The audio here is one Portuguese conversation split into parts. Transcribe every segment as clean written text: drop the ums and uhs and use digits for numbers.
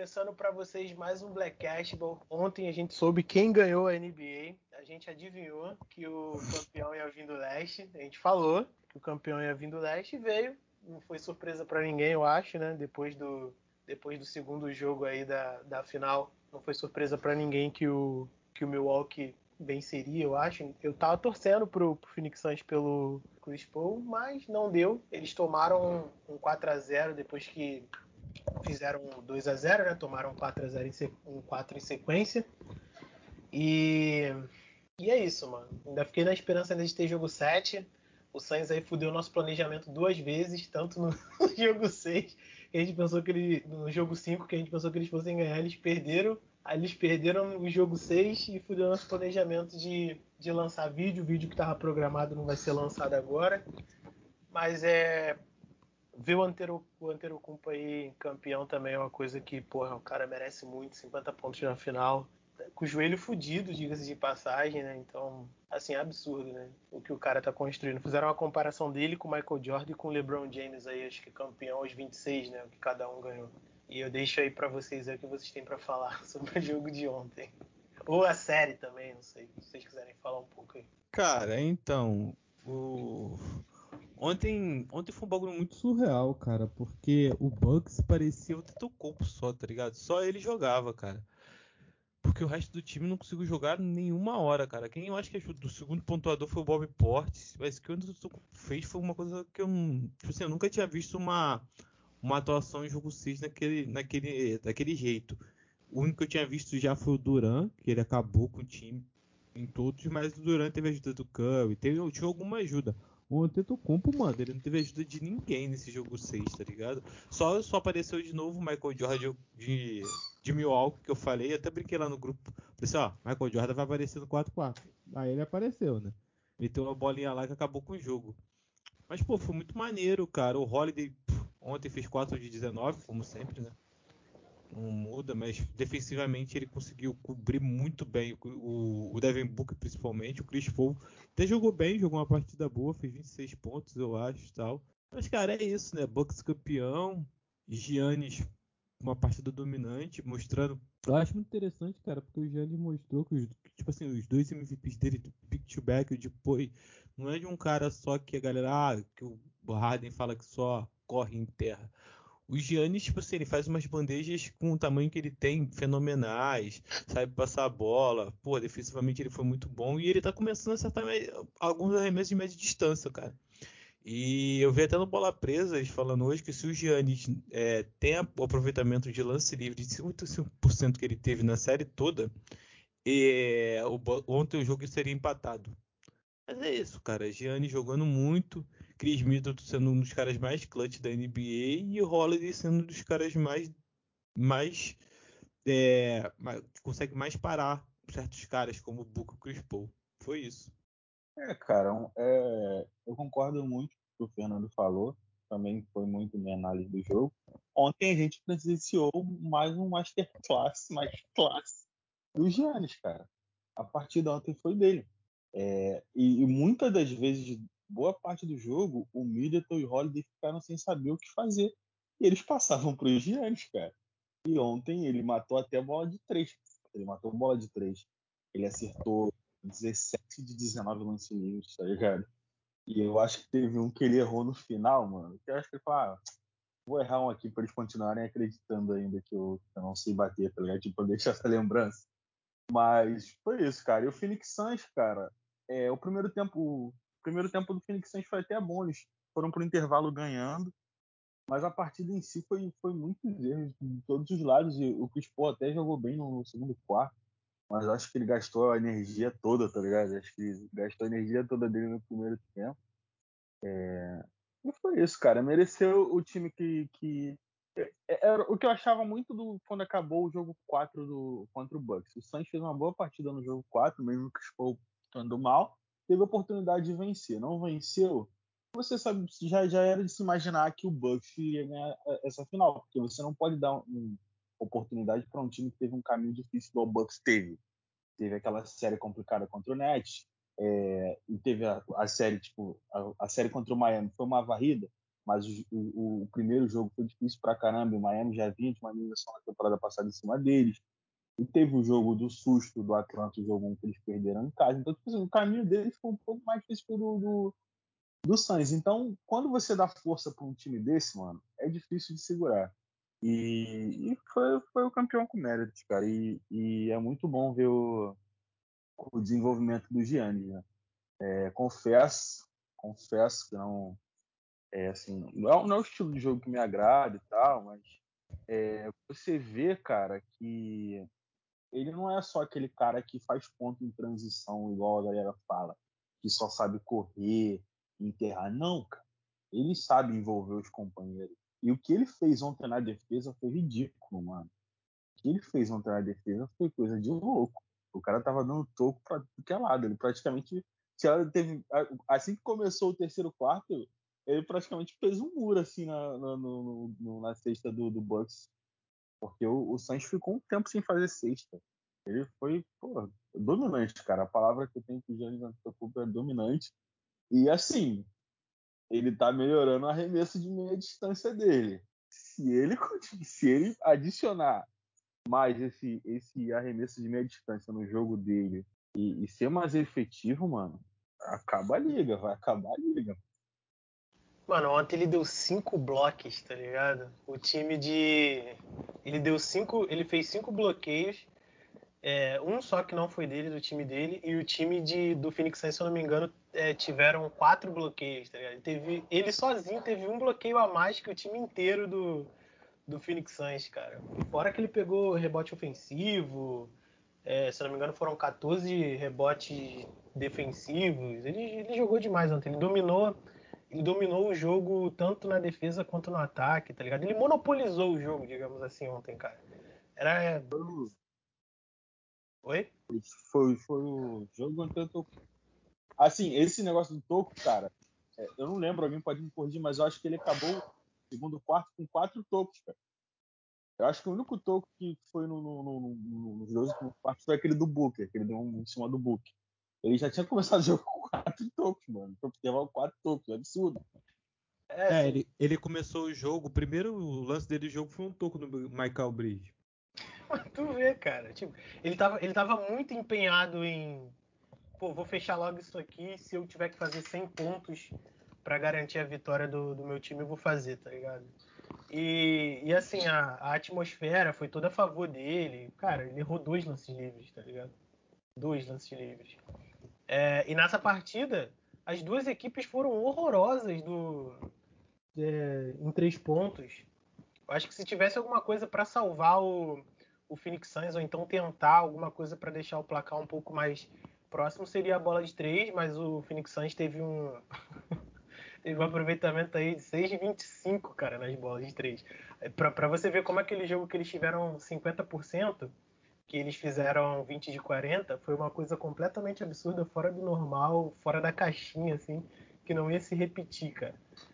começando para vocês mais um Blackcast. Bom, ontem a gente soube quem ganhou a NBA. A gente adivinhou que o campeão ia vir do leste. A gente falou que o campeão ia vir do leste e veio. Não foi surpresa para ninguém, eu acho, né? Depois do segundo jogo aí da final, não foi surpresa para ninguém que o Milwaukee venceria, eu acho. Eu tava torcendo pro Phoenix Suns pelo Chris Paul, mas não deu. Eles tomaram um 4-0 depois que fizeram 2-0, né? Tomaram 4-0 um 4 em sequência. E é isso, mano. Ainda fiquei na esperança de ter jogo 7. O Suns aí fudeu o nosso planejamento 2 vezes, tanto no jogo 6, que a gente pensou que no jogo 5, que a gente pensou que eles fossem ganhar, eles perderam. Aí eles perderam no jogo 6 e fudeu o nosso planejamento de lançar vídeo. O vídeo que estava programado não vai ser lançado agora. Mas ver o Antetokounmpo aí campeão também é uma coisa que, porra, o cara merece muito, 50 pontos na final, com o joelho fudido, diga-se de passagem, né? Então, assim, é absurdo, né? O que o cara tá construindo. Fizeram uma comparação dele com o Michael Jordan e com o LeBron James aí, acho que campeão aos 26, né? O que cada um ganhou. E eu deixo aí pra vocês aí o que vocês têm pra falar sobre o jogo de ontem. Ou a série também, não sei, se vocês quiserem falar um pouco aí. Cara, então, ontem foi um bagulho muito surreal, cara, porque o Bucks parecia o Antetokounmpo só, tá ligado? Só ele jogava, cara. Porque o resto do time não conseguiu jogar nenhuma hora, cara. Quem eu acho que ajudou o segundo pontuador foi o Bob Portis, mas o que o Antetokounmpo fez foi uma coisa que eu, tipo assim, eu nunca tinha visto uma atuação em jogo 6 daquele jeito. O único que eu tinha visto já foi o Duran, que ele acabou com o time em todos, mas o Duran teve ajuda do Curry, tinha alguma ajuda. O Antetokounmpo, mano, ele não teve ajuda de ninguém nesse jogo 6, tá ligado? Só apareceu de novo o Michael Jordan de Milwaukee, que eu falei, até brinquei lá no grupo. Falei assim, ó, Michael Jordan vai aparecer no 4-4. Aí ele apareceu, né? Meteu uma bolinha lá que acabou com o jogo. Mas, pô, foi muito maneiro, cara. O Holiday ontem fez 4 de 19, como sempre, né? Não muda, mas defensivamente ele conseguiu cobrir muito bem o Devin Booker, principalmente. O Chris Paul até jogou bem, jogou uma partida boa, fez 26 pontos, eu acho, tal. Mas, cara, é isso, né? Bucks campeão, Giannis uma partida dominante, mostrando. Eu acho muito interessante, cara, porque o Giannis mostrou que, tipo assim, os dois MVPs dele, do back-to-back, depois, não é de um cara só que a galera, que o Harden fala que só corre em terra. O Giannis, tipo assim, ele faz umas bandejas com o tamanho que ele tem, fenomenais, sabe passar a bola. Pô, defensivamente ele foi muito bom e ele tá começando a acertar alguns arremessos de média distância, cara. E eu vi até no Bola Presas falando hoje que se o Giannis tem o aproveitamento de lance livre de 55% que ele teve na série toda, ontem o jogo seria empatado. Mas é isso, cara. Giannis jogando muito, Chris Middleton sendo um dos caras mais clutch da NBA e o Holiday sendo um dos caras que consegue mais parar certos caras como o Booker e o Chris Paul. Foi isso. Cara, eu concordo muito com o que o Fernando falou, também foi muito minha análise do jogo. Ontem a gente presenciou mais um masterclass do Giannis, cara. A partida ontem foi dele. E muitas das vezes, boa parte do jogo, o Middleton e o Holiday ficaram sem saber o que fazer. E eles passavam para os Giannis, cara. E ontem ele matou até bola de 3. Ele matou bola de 3. Ele acertou 17 de 19 lances livres, tá ligado? E eu acho que teve um que ele errou no final, mano. Que eu acho que ele falou, vou errar um aqui para eles continuarem acreditando ainda que eu não sei bater, tá ligado? Tipo, pra deixar essa lembrança. Mas foi isso, cara. E o Phoenix Suns, cara, o primeiro tempo do Phoenix Suns foi até bom. Eles foram pro intervalo ganhando. Mas a partida em si foi muitos erros de todos os lados. E o Chris Paul até jogou bem no segundo quarto. Mas eu acho que ele gastou a energia toda, tá ligado? Acho que ele gastou a energia toda dele no primeiro tempo. E foi isso, cara. Mereceu o time que era o que eu achava muito quando acabou o jogo 4 contra o Bucks. O Suns fez uma boa partida no jogo 4, mesmo que o Paul estando mal. Teve a oportunidade de vencer. Não venceu. Você sabe, já era de se imaginar que o Bucks ia ganhar essa final, porque você não pode dar uma oportunidade para um time que teve um caminho difícil igual o Bucks teve. Teve aquela série complicada contra o Nets, e teve a série, tipo, a série contra o Miami foi uma varrida, mas o primeiro jogo foi difícil pra caramba. O Miami já vinha de uma eliminação na temporada passada em cima deles. E teve o jogo do susto do Atlanta, o jogo que eles perderam em casa. Então, tipo assim, o caminho deles foi um pouco mais difícil que o do Suns. Então, quando você dá força para um time desse, mano, é difícil de segurar. E foi o campeão com mérito, cara. E é muito bom ver o desenvolvimento do Giannis, né? Confesso que não é assim, não é o estilo de jogo que me agrada e tal, mas você vê, cara, que ele não é só aquele cara que faz ponto em transição, igual a galera fala, que só sabe correr, enterrar. Não, cara. Ele sabe envolver os companheiros. E o que ele fez ontem na defesa foi ridículo, mano. O que ele fez ontem na defesa foi coisa de louco. O cara tava dando toco pra tudo que é lado. Ele praticamente. Assim que começou o terceiro quarto, ele praticamente fez um muro assim na cesta do Bucks. Porque o Suns ficou um tempo sem fazer cesta. Ele foi, pô, dominante, cara. A palavra que eu tenho com o Giannis Antetokounmpo é dominante. E assim, ele tá melhorando o arremesso de meia distância dele. Se ele adicionar mais esse arremesso de meia distância no jogo dele e ser mais efetivo, mano, acaba a liga, vai acabar a liga. Mano, ontem ele deu 5 blocos, tá ligado? O time de. Ele fez 5 bloqueios. Um só que não foi dele, do time dele. E o time do Phoenix Suns, se eu não me engano, tiveram 4 bloqueios, tá ligado? Ele sozinho teve um bloqueio a mais que o time inteiro do Phoenix Suns, cara. Fora que ele pegou rebote ofensivo. Se eu não me engano, foram 14 rebotes defensivos. Ele jogou demais ontem. Ele dominou o jogo tanto na defesa quanto no ataque, tá ligado? Ele monopolizou o jogo, digamos assim, ontem, cara. Era. Oi? Foi o jogo onde eu tô. Assim, esse negócio do toco, cara, eu não lembro, alguém pode me corrigir, mas eu acho que ele acabou o segundo quarto com 4 tocos, cara. Eu acho que o único toco que foi nos 12 quartos foi aquele do Booker, que ele deu um em cima do Booker. Ele já tinha começado o jogo com 4 tocos, mano. Foi intervalo 4 tocos, é absurdo. Assim, ele começou o jogo, o primeiro lance dele do jogo foi um toco no Michael Bridges. mas tu vê, cara. Tipo, ele tava muito empenhado em. Pô, vou fechar logo isso aqui. Se eu tiver que fazer 100 pontos pra garantir a vitória do meu time, eu vou fazer, tá ligado? E assim, a atmosfera foi toda a favor dele. Cara, ele errou 2 lances livres, tá ligado? 2 lances livres. E nessa partida, as duas equipes foram horrorosas em 3 pontos. Eu acho que se tivesse alguma coisa para salvar o Phoenix Suns, ou então tentar alguma coisa para deixar o placar um pouco mais próximo, seria a bola de 3, mas o Phoenix Suns teve um aproveitamento aí de 6,25, cara, nas bolas de 3. Para você ver como aquele jogo que eles tiveram 50%, que eles fizeram 20 de 40, foi uma coisa completamente absurda, fora do normal, fora da caixinha, assim, que não ia se repetir, cara.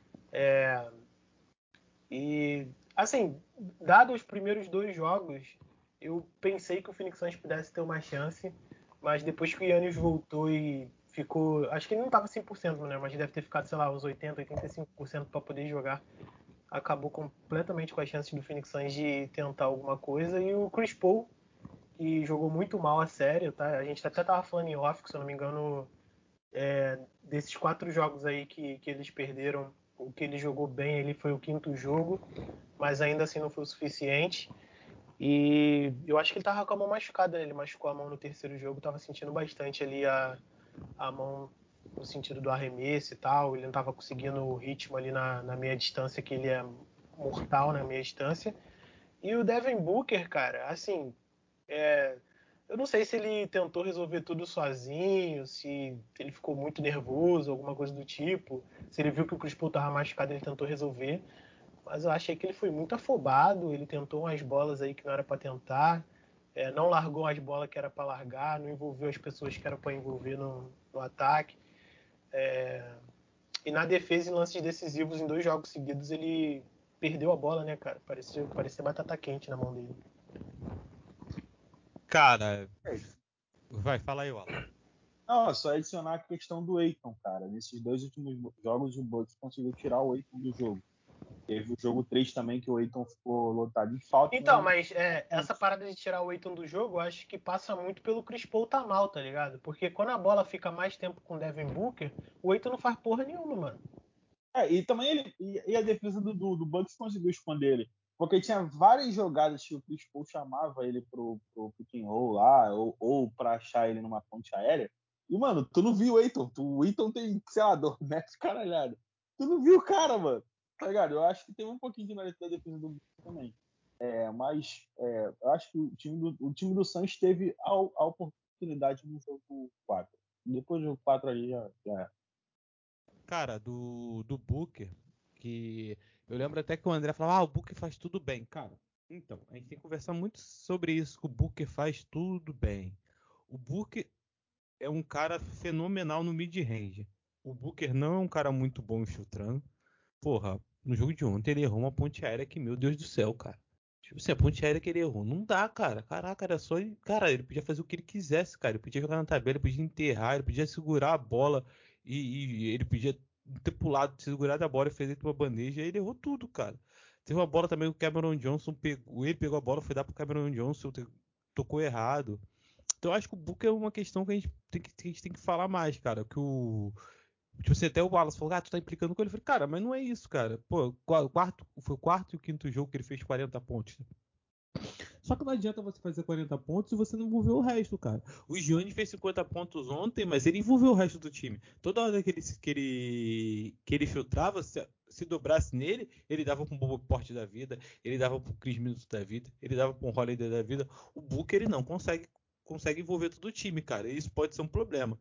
E, assim, dado os primeiros 2 jogos, eu pensei que o Phoenix Suns pudesse ter uma chance, mas depois que o Yannis voltou e ficou. Acho que ele não estava 100%, né? Mas deve ter ficado, sei lá, uns 80%, 85% para poder jogar. Acabou completamente com as chances do Phoenix Suns de tentar alguma coisa. E o Chris Paul, que jogou muito mal a série, tá? A gente até tava falando em off, que se eu não me engano, desses 4 jogos aí que eles perderam, o que ele jogou bem, ele foi o 5º jogo, mas ainda assim não foi o suficiente. E eu acho que ele tava com a mão machucada, né? Ele machucou a mão no terceiro jogo, tava sentindo bastante ali a mão no sentido do arremesso e tal. Ele não tava conseguindo o ritmo ali na meia distância, que ele é mortal na meia distância. E o Devin Booker, cara, assim, eu não sei se ele tentou resolver tudo sozinho, se ele ficou muito nervoso, alguma coisa do tipo. Se ele viu que o Chris Paul tava machucado, ele tentou resolver. Mas eu achei que ele foi muito afobado. Ele tentou umas bolas aí que não era para tentar. Não largou as bolas que era para largar. Não envolveu as pessoas que era para envolver no ataque. E na defesa, em lances decisivos, em 2 jogos seguidos, ele perdeu a bola, né, cara? Parecia batata quente na mão dele. Cara, vai, fala aí, Wala. Não, só adicionar a questão do Ayton, cara. Nesses 2 últimos jogos, o Bucks conseguiu tirar o Ayton do jogo. Teve o jogo 3 também, que o Ayton ficou lotado em falta. Então, mas essa parada de tirar o Ayton do jogo, eu acho que passa muito pelo Chris Paul tá mal, tá ligado? Porque quando a bola fica mais tempo com o Devin Booker, o Ayton não faz porra nenhuma, mano. E também a defesa do Bucks conseguiu esconder ele. Porque tinha várias jogadas que o Chris Paul chamava ele pro pick and roll lá, ou pra achar ele numa ponte aérea. E, mano, tu não viu o Ayton. O Ayton tem, sei lá, 2 metros caralhado. Tu não viu o cara, mano. Tá ligado? Eu acho que tem um pouquinho de mérito da defesa do Bucks também. Mas eu acho que o time do Suns teve a oportunidade no jogo 4. Depois do jogo 4 ali já. Cara, do Booker, que eu lembro até que o André falava, o Booker faz tudo bem. Cara, então, a gente tem que conversar muito sobre isso, que o Booker faz tudo bem. O Booker é um cara fenomenal no mid-range. O Booker não é um cara muito bom em chutando. Porra, no jogo de ontem ele errou uma ponte aérea que, meu Deus do céu, cara. Tipo assim, a ponte aérea que ele errou. Não dá, cara. Caraca, era só. Cara, ele podia fazer o que ele quisesse, cara. Ele podia jogar na tabela, ele podia enterrar, ele podia segurar a bola e ele podia ter pulado, segurado a bola e fazer uma bandeja. E ele errou tudo, cara. Teve uma bola também que o Cameron Johnson pegou. Ele pegou a bola, foi dar pro Cameron Johnson, tocou errado. Então eu acho que o Booker é uma questão que a gente tem que falar mais, cara. Que o. Tipo assim, até o Wallace falou, tu tá implicando com ele. Eu falei, cara, mas não é isso, cara. Pô, foi o quarto e o quinto jogo que ele fez 40 pontos. Só que não adianta você fazer 40 pontos se você não envolver o resto, cara. O Giannis fez 50 pontos ontem, mas ele envolveu o resto do time. Toda hora que ele filtrava, se dobrasse nele, ele dava pra um Bobo Porte da vida, ele dava pro Chris Middleton da vida, ele dava pra um Holiday da vida. O Booker, ele não consegue envolver todo o time, cara. E isso pode ser um problema.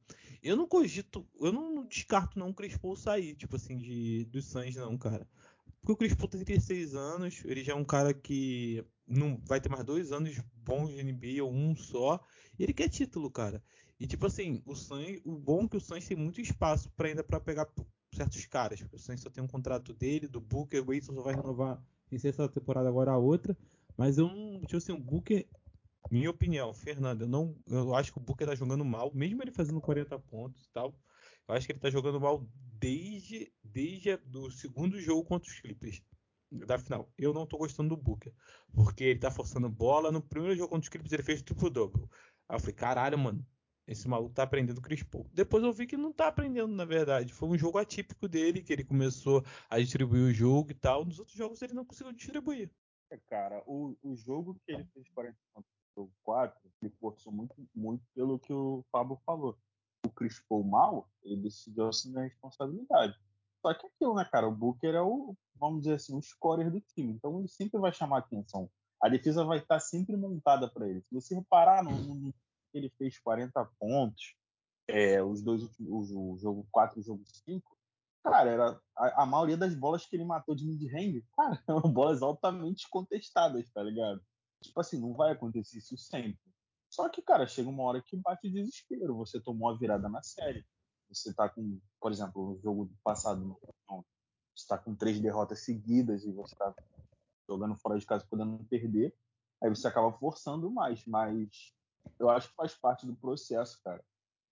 Eu não descarto não o Chris Paul sair, tipo assim, dos Suns não, cara. Porque o Chris Paul tem 36 anos, ele já é um cara que não vai ter mais 2 anos bons de NBA ou um só, e ele quer título, cara. E tipo assim, o bom é que o Suns tem muito espaço para ainda para pegar certos caras, porque o Suns só tem um contrato dele, do Booker, o Wilson só vai renovar em essa temporada agora a outra, mas eu não, tipo assim, o Booker, minha opinião, Fernando, eu acho que o Booker tá jogando mal, mesmo ele fazendo 40 pontos e tal. Eu acho que ele tá jogando mal desde do segundo jogo contra os Clippers. Da final. Eu não tô gostando do Booker. Porque ele tá forçando bola. No primeiro jogo contra os Clippers ele fez triplo-double. Aí eu falei, caralho, mano. Esse maluco tá aprendendo Chris Paul. Depois eu vi que não tá aprendendo, na verdade. Foi um jogo atípico dele, que ele começou a distribuir o jogo e tal. Nos outros jogos ele não conseguiu distribuir. Cara, o jogo que ele fez 40 pontos no jogo 4, ele forçou muito, muito pelo que o Fábio falou. O Chris Paul mal, ele decidiu assumir a responsabilidade. Só que aquilo, né, cara? O Booker é vamos dizer assim, o scorer do time. Então ele sempre vai chamar atenção. A defesa vai estar sempre montada para ele. Se você reparar ele fez 40 pontos, os dois últimos, o jogo 4 e o jogo 5, cara, era a maioria das bolas que ele matou de mid-range, cara, eram bolas altamente contestadas, tá ligado? Tipo assim, não vai acontecer isso sempre. Só que, cara, chega uma hora que bate desespero. Você tomou a virada na série. Você tá com, por exemplo, no jogo passado, você tá com 3 derrotas seguidas e você tá jogando fora de casa podendo perder. Aí você acaba forçando mais. Mas eu acho que faz parte do processo, cara.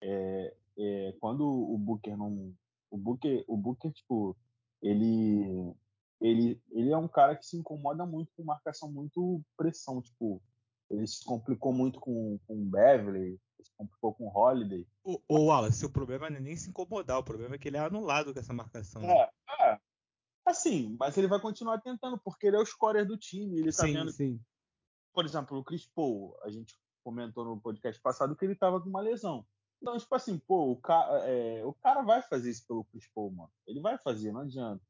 Quando o Booker não. O Booker, tipo, ele, ele é um cara que se incomoda muito com marcação, muito pressão. Tipo, ele se complicou muito com o Beverly, se complicou com o Holiday. Ô Wallace, o problema não é nem se incomodar, o problema é que ele é anulado com essa marcação, né? É, é, assim, mas ele vai continuar tentando, porque ele é o scorer do time. Ele tá Sim, vendo, sim. por exemplo, o Chris Paul, a gente comentou no podcast passado que ele tava com uma lesão. Então, tipo assim, pô, o cara vai fazer isso pelo Chris Paul, mano. Ele vai fazer, não adianta.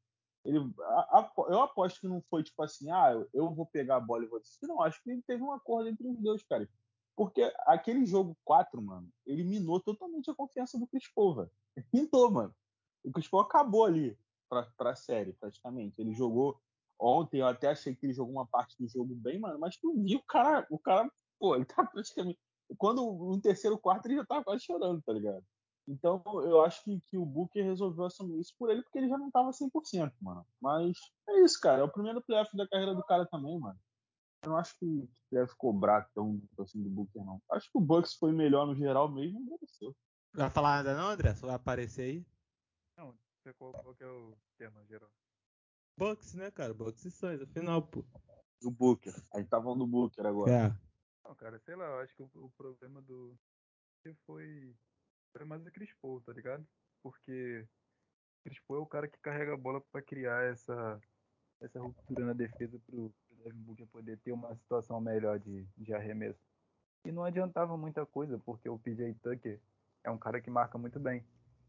Eu aposto que não foi tipo assim, eu vou pegar a bola e vou decidir. Não, acho que ele teve um acordo entre os dois, cara. Porque aquele jogo 4, mano, ele minou totalmente a confiança do Chris Paul, velho. Minou, mano. O Chris Paul acabou ali pra série, praticamente. Ele jogou ontem, eu até achei que ele jogou uma parte do jogo bem, mano, mas tu viu o cara, pô, ele tá praticamente. Quando no terceiro quarto ele já tava quase chorando, tá ligado? Então, eu acho que o Booker resolveu assumir isso por ele, porque ele já não tava 100%, mano. Mas é isso, cara. É o primeiro playoff da carreira do cara também, mano. Eu não acho que deve cobrar tão assim do Booker, não. Acho que o Bucks foi melhor no geral mesmo e mereceu. Vai falar nada não, André? Só vai aparecer aí? Não, você qual que é o tema geral? Bucks, né, cara? Bucks e Suns, afinal, pô. Do Booker. A gente tá falando do Booker agora. É. Não, cara, sei lá, eu acho que o problema do foi mais o Chris Paul, tá ligado? Porque o Chris Paul é o cara que carrega a bola pra criar essa ruptura na defesa pro Devin Booker poder ter uma situação melhor de arremesso. E não adiantava muita coisa, porque o PJ Tucker é um cara que marca muito bem.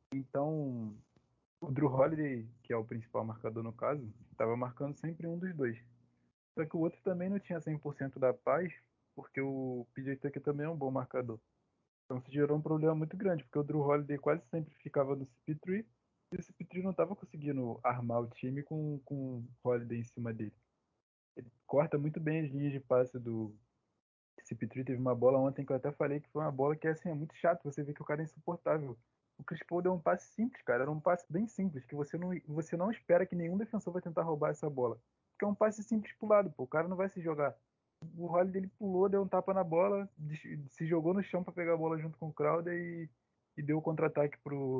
Então, o Drew Holiday, que é o principal marcador no caso, estava marcando sempre um dos dois. Só que o outro também não tinha 100% da paz, porque o PJ Tucker também é um bom marcador. Então se gerou um problema muito grande, porque o Drew Holiday quase sempre ficava no CP3 e o CP3 não estava conseguindo armar o time com o Holiday em cima dele. Ele corta muito bem as linhas de passe do CP3. Teve uma bola ontem que eu até falei que foi uma bola que assim, é muito chato, você vê que o cara é insuportável. O Chris Paul deu um passe simples, cara, era um passe bem simples, que você não espera que nenhum defensor vai tentar roubar essa bola. Porque é um passe simples pro lado, pô, o cara não vai se jogar. O Holiday ele pulou, deu um tapa na bola, se jogou no chão para pegar a bola junto com o Crowder e deu o contra-ataque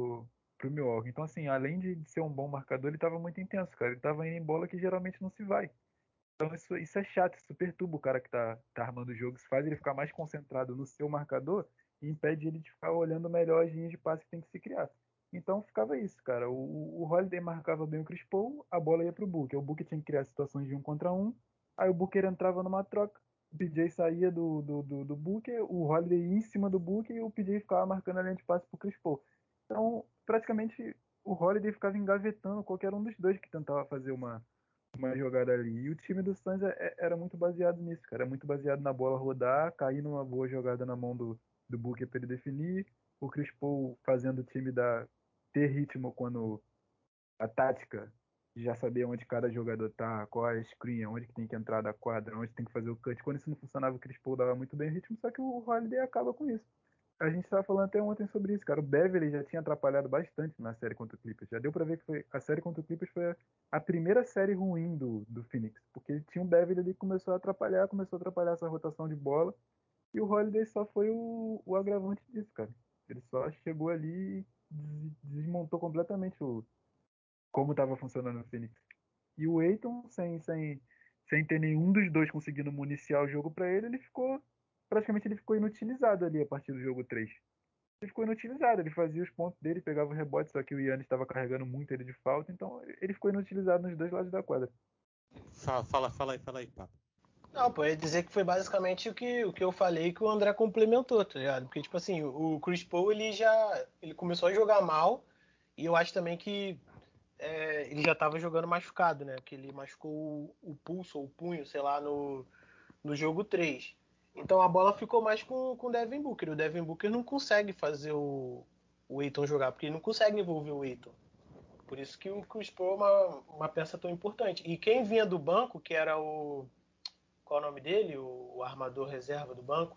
pro Milwaukee. Então, assim, além de ser um bom marcador, ele estava muito intenso, cara. Ele estava indo em bola que geralmente não se vai. Então, isso é chato, isso perturba o cara que tá armando o jogo, isso faz ele ficar mais concentrado no seu marcador e impede ele de ficar olhando melhor as linhas de passe que tem que se criar. Então ficava isso, cara. O Holiday marcava bem o Chris Paul, a bola ia pro Booker. O Booker tinha que criar situações de 1 contra 1, aí o Booker entrava numa troca, o PJ saía do Booker, o Holiday ia em cima do Booker e o PJ ficava marcando a linha de passe pro Chris Paul. Então, praticamente, o Holiday ficava engavetando qualquer um dos dois que tentava fazer uma jogada ali. E o time do Suns era muito baseado nisso, cara. Era muito baseado na bola rodar, cair numa boa jogada na mão do Booker para ele definir. O Chris Paul fazendo o time ter ritmo quando a tática de já saber onde cada jogador tá, qual é a screen, onde que tem que entrar da quadra, onde tem que fazer o cut. Quando isso não funcionava, o Chris Paul dava muito bem ritmo, só que o Holiday acaba com isso. A gente estava falando até ontem sobre isso, cara. O Beverly já tinha atrapalhado bastante na série contra o Clippers. Já deu para ver que a série contra o Clippers foi a primeira série ruim do Phoenix. Porque tinha um Beverly ali que começou a atrapalhar essa rotação de bola. E o Holiday só foi o agravante disso, cara. Ele só chegou ali e desmontou completamente como estava funcionando o Phoenix. E o Aiton, sem ter nenhum dos dois conseguindo municiar o jogo para ele, praticamente ele ficou inutilizado ali a partir do jogo 3. Ele ficou inutilizado, ele fazia os pontos dele, pegava o rebote, só que o Yannis estava carregando muito ele de falta, então ele ficou inutilizado nos dois lados da quadra. Fala aí, papo. Não, pô, eu ia dizer que foi basicamente o que eu falei que o André complementou, tá ligado? Porque, tipo assim, o Chris Paul, ele começou a jogar mal, e eu acho também que ele já tava jogando machucado, né? Que ele machucou o pulso ou o punho, sei lá, no jogo 3. Então a bola ficou mais com o Devin Booker. O Devin Booker não consegue fazer o Aiton jogar, porque ele não consegue envolver o Aiton. Por isso que o Chris Paul é uma peça tão importante. E quem vinha do banco, que era o... Qual é o nome dele? O armador reserva do banco?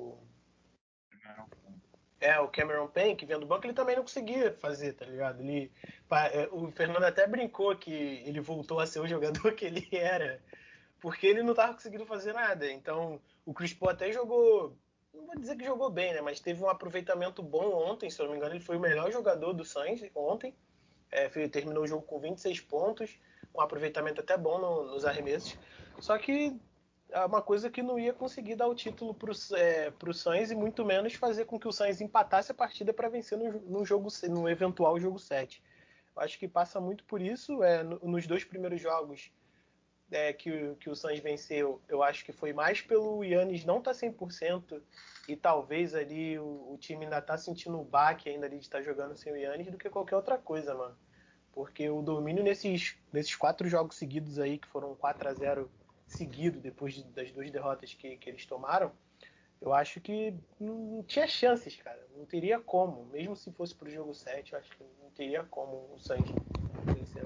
O Cameron Payne, que vinha do banco, ele também não conseguia fazer, tá ligado? O Fernando até brincou que ele voltou a ser o jogador que ele era, porque ele não tava conseguindo fazer nada. Então, o Chris Paul até jogou, não vou dizer que jogou bem, né? Mas teve um aproveitamento bom ontem, se eu não me engano, ele foi o melhor jogador do Suns ontem. Terminou o jogo com 26 pontos, um aproveitamento até bom nos arremessos. Só que é uma coisa que não ia conseguir dar o título pro Suns e muito menos fazer com que o Suns empatasse a partida para vencer no eventual jogo 7. Eu acho que passa muito por isso. Nos dois primeiros jogos que o Suns venceu, eu acho que foi mais pelo Yannis não estar 100% e talvez ali o time ainda tá sentindo o baque ainda ali de estar jogando sem o Yannis do que qualquer outra coisa, mano. Porque o domínio nesses 4 jogos seguidos aí, que foram 4-0 seguido depois das 2 derrotas que eles tomaram, eu acho que não tinha chances, cara. Não teria como. Mesmo se fosse pro jogo 7, eu acho que não teria como o Suns vencer.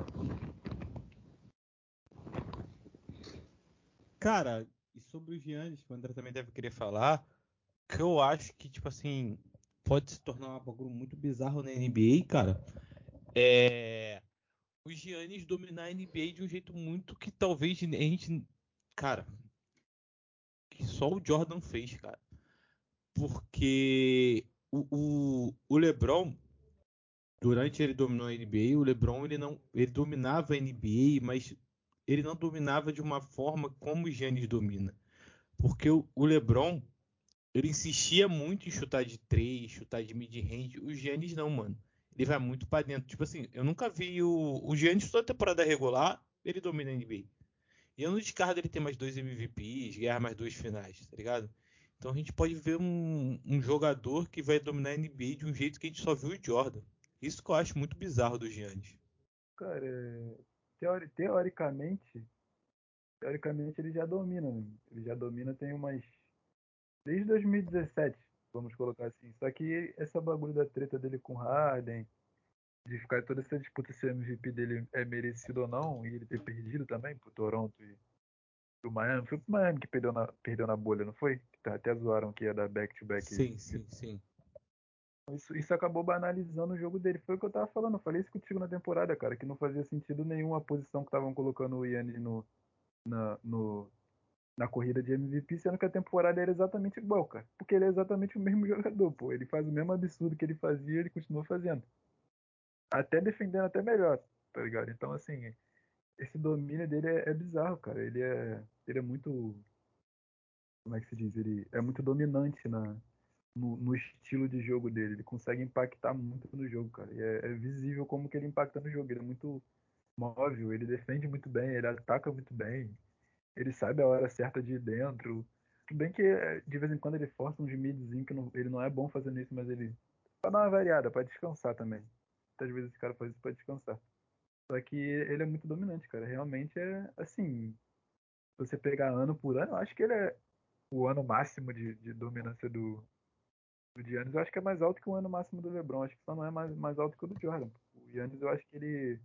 Cara, e sobre o Giannis, que o André também deve querer falar, que eu acho que, tipo assim, pode se tornar um bagulho muito bizarro na NBA, cara. O Giannis dominar a NBA de um jeito muito que talvez a gente. Cara, que só o Jordan fez, cara. Porque o LeBron, durante ele dominou a NBA, o LeBron ele dominava a NBA, mas ele não dominava de uma forma como o Giannis domina. Porque o LeBron, ele insistia muito em chutar de 3, chutar de mid-range. O Giannis não, mano. Ele vai muito pra dentro. Tipo assim, eu nunca vi o Giannis toda temporada regular, ele domina a NBA. E eu não descarto ele ter mais 2 MVPs, ganhar mais 2 finais, tá ligado? Então a gente pode ver um jogador que vai dominar a NBA de um jeito que a gente só viu o Jordan. Isso que eu acho muito bizarro do Giannis. Cara, teoricamente, ele já domina, né? Ele já domina tem umas. Desde 2017, vamos colocar assim. Só que essa bagulho da treta dele com o Harden, de ficar toda essa disputa se o MVP dele é merecido ou não, e ele ter perdido também pro Toronto e pro Miami. Foi pro Miami que perdeu na bolha, não foi? Até zoaram que ia dar back-to-back. Sim, sim, sim. Isso acabou banalizando o jogo dele. Foi o que eu tava falando. Eu falei isso contigo na temporada, cara, que não fazia sentido nenhum a posição que estavam colocando o Yannis na, no, na corrida de MVP, sendo que a temporada era exatamente igual, cara. Porque ele é exatamente o mesmo jogador, pô. Ele faz o mesmo absurdo que ele fazia, ele continua fazendo. Até defendendo até melhor, tá ligado? Então, assim, esse domínio dele é bizarro, cara. Ele é muito. Como é que se diz? Ele é muito dominante no estilo de jogo dele. Ele consegue impactar muito no jogo, cara. E é visível como que ele impacta no jogo. Ele é muito móvel, ele defende muito bem, ele ataca muito bem. Ele sabe a hora certa de ir dentro. Tudo bem que de vez em quando ele força uns midzinho que ele não é bom fazendo isso, mas ele. Pra dar uma variada, pra descansar também. Muitas vezes esse cara faz isso pra descansar. Só que ele é muito dominante, cara. Realmente é assim. Se você pegar ano por ano, eu acho que ele é o ano máximo de dominância do Giannis. Eu acho que é mais alto que o ano máximo do LeBron. Acho que só não é mais alto que o do Jordan. O Giannis, eu acho que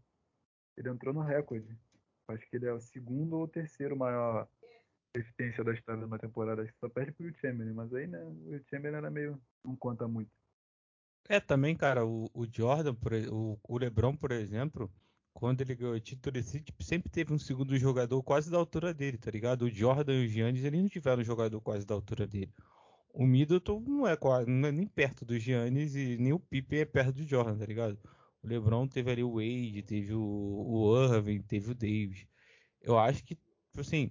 ele entrou no recorde. Eu acho que ele é o segundo ou terceiro maior eficiência da história de uma temporada. Acho que só perde pro Will Chamberlain. Mas aí, né, o Will Chamberlain era meio. Não conta muito. É, também, cara, o Jordan, o LeBron, por exemplo, quando ele ganhou o título, ele sempre teve um segundo jogador quase da altura dele, tá ligado? O Jordan e o Giannis, eles não tiveram um jogador quase da altura dele. O Middleton não é nem perto do Giannis e nem o Pippen é perto do Jordan, tá ligado? O LeBron teve ali o Wade, teve o Irving, teve o Davis. Eu acho que, tipo assim,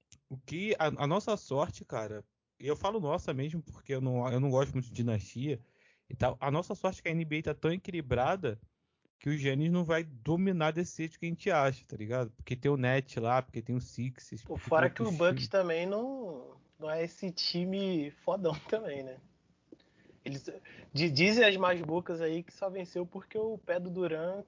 a nossa sorte, cara, e eu falo nossa mesmo porque eu não gosto muito de dinastia e tal. A nossa sorte é que a NBA tá tão equilibrada que o Giannis não vai dominar desse jeito que a gente acha, tá ligado? Porque tem o Net lá, porque tem o Sixers, Pô, porque tem fora que outros o Bucks times. também não é esse time fodão também, né? Eles dizem as mais bocas aí que só venceu porque o pé do Duran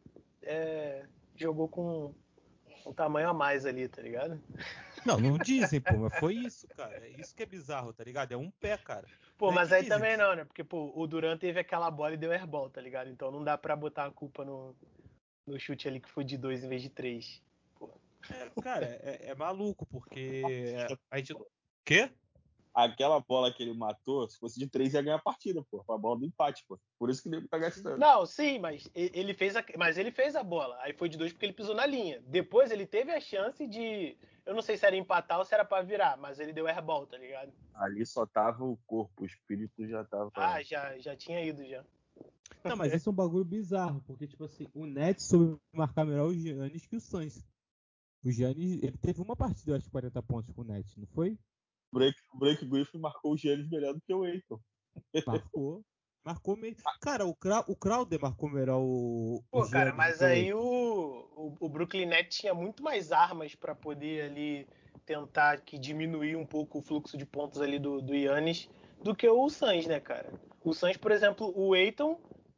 jogou com um tamanho a mais ali, tá ligado? Não, não dizem, pô, mas foi isso, cara. É isso que é bizarro, tá ligado? É um pé, cara. Pô, Não é mas que aí dizem. também não, né? Porque, pô, o Duran teve aquela bola e deu airball, tá ligado? Então não dá pra botar a culpa no chute ali que foi de 2 em vez de 3. Pô. Cara, é maluco, porque a gente. Quê? Aquela bola que ele matou, se fosse de 3, ia ganhar a partida, pô. A bola do empate, pô. Por isso que ele tá gastando. Não, sim, mas ele fez a bola. Aí foi de 2 porque ele pisou na linha. Depois ele teve a chance de. Eu não sei se era empatar ou se era pra virar, mas ele deu airball, tá ligado? Ali só tava o corpo, o espírito já Ah, tava. já tinha ido já. Não, mas esse é um bagulho bizarro, porque, tipo assim, o Nets soube marcar melhor o Giannis que o Suns. O Giannis, ele teve uma partida, eu acho, de 40 pontos com o Nets, não foi? O Blake Griffin marcou o Giannis melhor do que o Aiton. Marcou. Marcou meio. Cara, o Crowder marcou melhor o Pô, cara, Giannis do mas que o aí Aiton. o Brooklyn Nets tinha muito mais armas pra poder ali tentar que diminuir um pouco o fluxo de pontos ali do Yannis do que o Suns, né, cara? O Suns, por exemplo, o Aiton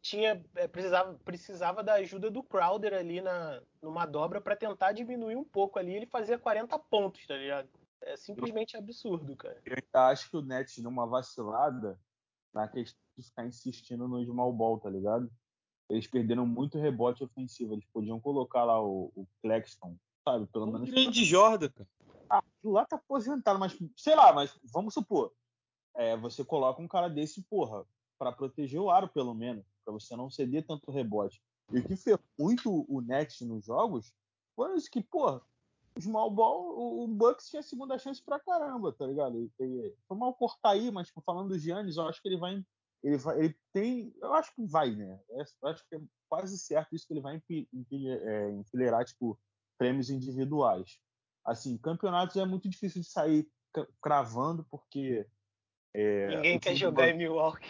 precisava da ajuda do Crowder ali numa dobra pra tentar diminuir um pouco ali. Ele fazia 40 pontos, tá ligado? É Eu, simplesmente absurdo, cara. eu ainda acho que o Nets deu uma vacilada na questão de ficar insistindo no small ball, tá ligado? Eles perderam muito rebote ofensivo. Eles podiam colocar lá o Claxton, sabe? Pelo O menos. grande Jordan, cara. Aquilo lá tá aposentado, mas sei lá, mas vamos supor. Você coloca um cara desse, porra, para proteger o aro, pelo menos, para você não ceder tanto rebote. E o que fez muito o Nets nos jogos foi isso que, porra, o small ball, o Bucks tinha segunda chance pra caramba, tá ligado? Foi mal cortar aí, mas tipo, falando do Giannis, eu acho que ele tem, eu acho que vai, né? Eu acho que é quase certo isso que ele vai enfileirar, tipo, prêmios individuais. Assim, campeonatos é muito difícil de sair cravando, porque Ninguém o quer time do jogar Bucks, em Milwaukee.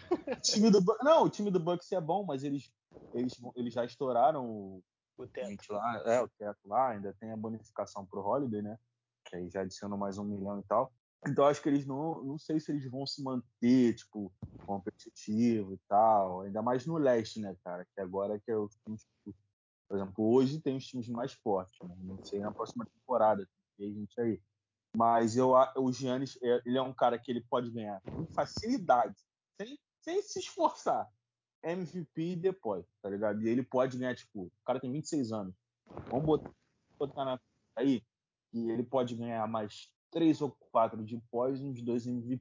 não, o time do Bucks é bom, mas eles já estouraram O o teto. limite lá, o teto lá, ainda tem a bonificação pro Holiday, né? Que aí já adicionam mais 1 milhão e tal. Então acho que eles não sei se eles vão se manter, tipo, competitivo e tal, ainda mais no leste, né, cara? Que agora que é os times, por exemplo, hoje tem os times mais fortes, né? Não sei na próxima temporada, tem gente aí. Mas o Giannis, ele é um cara que ele pode ganhar com facilidade, sem se esforçar. MVP e depois, tá ligado? E ele pode ganhar, tipo, o cara tem 26 anos. Vamos botar na aí que ele pode ganhar mais 3 ou 4 de pós e uns 2 MVP,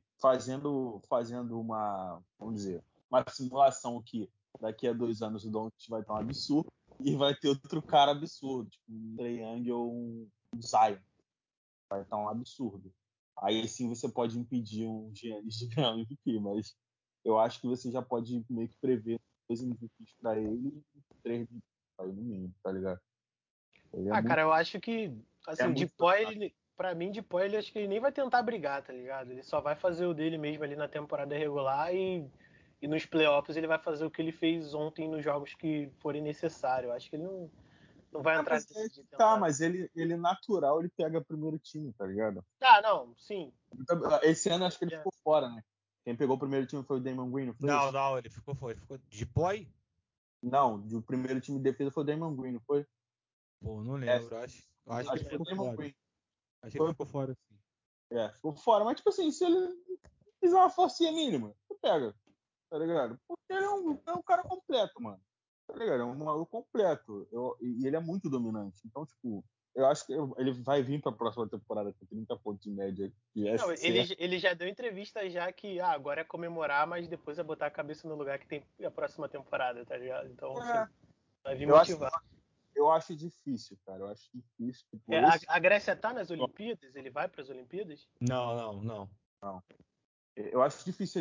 fazendo uma, vamos dizer, uma simulação que daqui a 2 anos o Doncic vai estar um absurdo e vai ter outro cara absurdo, tipo um Trae Young ou um Zion. Vai estar um absurdo. Aí sim você pode impedir um Giannis de ganhar um MVP, mas eu acho que você já pode meio que prever 2 MVPs para ele e 3 aí no mínimo, tá ligado? Ele é Cara, muito, eu acho que, é assim, de muito pó, pra mim, de pó, ele acho que ele nem vai tentar brigar, tá ligado? Ele só vai fazer o dele mesmo ali na temporada regular e nos playoffs ele vai fazer o que ele fez ontem nos jogos que forem necessários. Eu acho que ele não vai entrar mas nesse de tá, tentar. mas ele natural, ele pega primeiro time, tá ligado? Ah, não, sim. Esse ano acho que ele ficou fora, né? Quem pegou o primeiro time foi o Damon Green, não foi Não, isso? não, ele ficou fora. Ele ficou de boy? Não, o primeiro time de defesa foi o Damon Green, não foi? Pô, não É, lembro. Acho que acho ele que foi o ficou Damon fora. Green. Acho que ele Foi, ficou fora, sim. ficou fora. Mas, tipo assim, se ele fizer uma forcinha mínima, você pega, tá ligado? Porque ele é um cara completo, mano. Tá ligado? É um maluco completo. E ele é muito dominante. Então, tipo, eu acho que ele vai vir pra próxima temporada com 30 pontos de média. Que é Não, certo. ele já deu entrevista já que agora é comemorar, mas depois é botar a cabeça no lugar que tem a próxima temporada, tá ligado? Então, assim, É, vai vir eu acho, motivar. eu acho difícil, cara. Eu acho difícil. É, Tipo, esse. a Grécia tá nas Olimpíadas? Ele vai para as Olimpíadas? Não, não, não. Não. Eu acho difícil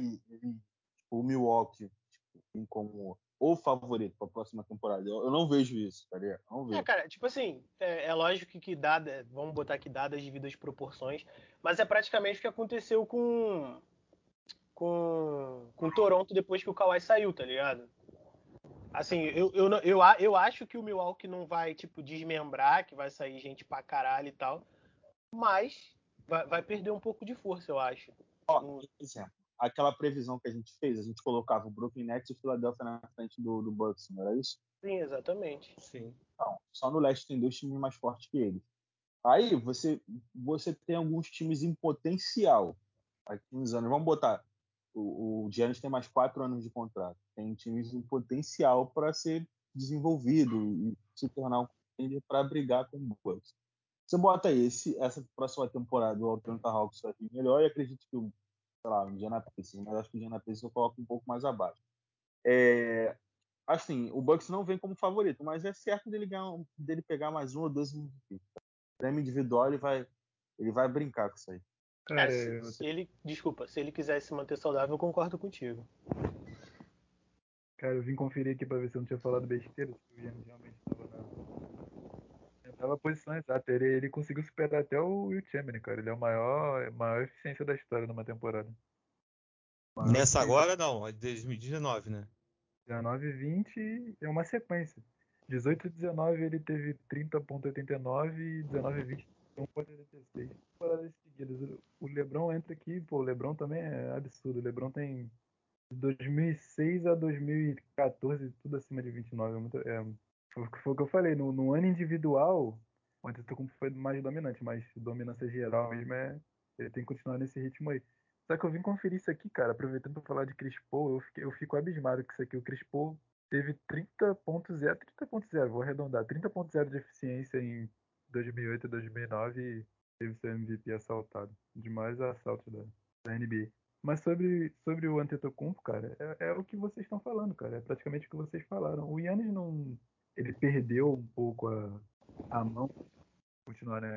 tipo, o Milwaukee, tipo, vir como o favorito para a próxima temporada. Eu não vejo isso, tá ligado? Não É, vejo. cara, tipo assim, é lógico que dada, vamos botar aqui dadas as devidas proporções, mas é praticamente o que aconteceu com Toronto depois que o Kawhi saiu, tá ligado? Assim, eu acho que o Milwaukee não vai, tipo, desmembrar, que vai sair gente pra caralho e tal, mas vai perder um pouco de força, eu acho. Ó, por exemplo, aquela previsão que a gente colocava o Brooklyn Nets e o Philadelphia na frente do Bucks, não era isso? Sim, exatamente. Sim. Não, só no leste tem 2 times mais fortes que eles. Aí você tem alguns times em potencial. Aqui uns anos, vamos botar. O Giannis tem mais 4 anos de contrato. Tem times em potencial para ser desenvolvido e se tornar um contender para brigar com o Bucks. Você bota aí, essa próxima temporada o Atlanta Hawks vai vir melhor e acredito que sei lá, o Indiana Pacers, mas acho que o Indiana Pacers eu coloco um pouco mais abaixo. Assim, o Bucks não vem como favorito, mas é certo dele pegar mais 1 ou 2 MVP. Prêmio individual ele vai brincar com isso aí. É, Cara, desculpa, se ele quiser se manter saudável, eu concordo contigo. eu vim conferir aqui pra ver se eu não tinha falado besteira, se o Giannis realmente tava na posição exata. Ele conseguiu superar até o Will Chamberlain, cara. Ele é o maior eficiência da história numa temporada. Maior Nessa eficiência. agora não, é de 2019, né? 19 e 20 é uma sequência. 18 e 19 ele teve 30,89 e 19 e 20 1,86. Temporadas seguidas. O LeBron entra aqui, pô, o LeBron também é absurdo. O LeBron tem de 2006 a 2014 tudo acima de 29. Foi o que eu falei, no ano individual, o Antetokounmpo foi mais dominante, mas dominância geral mesmo ele tem que continuar nesse ritmo aí. Só que eu vim conferir isso aqui, cara, aproveitando para falar de Chris Paul, eu fico abismado com isso aqui. O Chris Paul teve 30,0, vou arredondar, 30,0 de eficiência em 2008 e 2009 e teve seu MVP assaltado. Demais assalto da NBA. Mas sobre o Antetokounmpo, cara, é o que vocês estão falando, cara. É praticamente o que vocês falaram. O Giannis não. Ele perdeu um pouco a mão, continuar, né?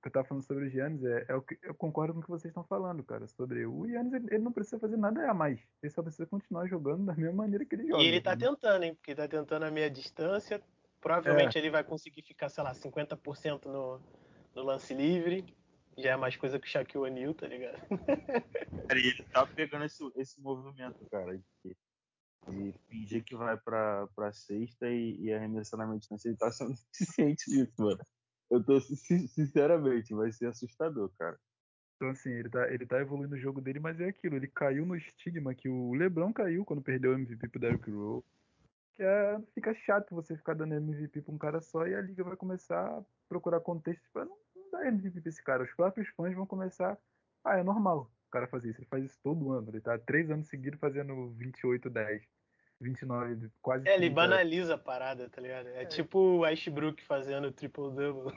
que eu tava falando sobre o Giannis é o que eu concordo com o que vocês estão falando, cara. Sobre o Giannis, ele não precisa fazer nada a mais. Ele só precisa continuar jogando da mesma maneira que ele E ele joga. tá tentando, hein? Porque tá tentando a meia distância. É, Provavelmente ele vai conseguir ficar, sei lá, 50% no lance livre. Já é mais coisa que o Shaquille O'Neal, tá ligado? Cara, e ele tá pegando esse movimento, cara, de fingir que vai pra sexta e arremessar na distância. Ele tá sendo eficiente nisso, mano. Eu tô, sinceramente, vai ser assustador, cara. então assim, ele tá evoluindo o jogo dele, mas é aquilo, ele caiu no estigma que o LeBron caiu quando perdeu o MVP pro Derrick Rose. Fica chato você ficar dando MVP pra um cara só e a liga vai começar a procurar contextos pra não dar MVP pra esse cara. Os próprios fãs vão começar. Ah, é normal o cara fazer isso. Ele faz isso todo ano. Ele tá há 3 anos seguidos fazendo 28, 10, 29, quase É, ele 30. banaliza a parada, tá ligado? É É, tipo o Westbrook fazendo triple-double.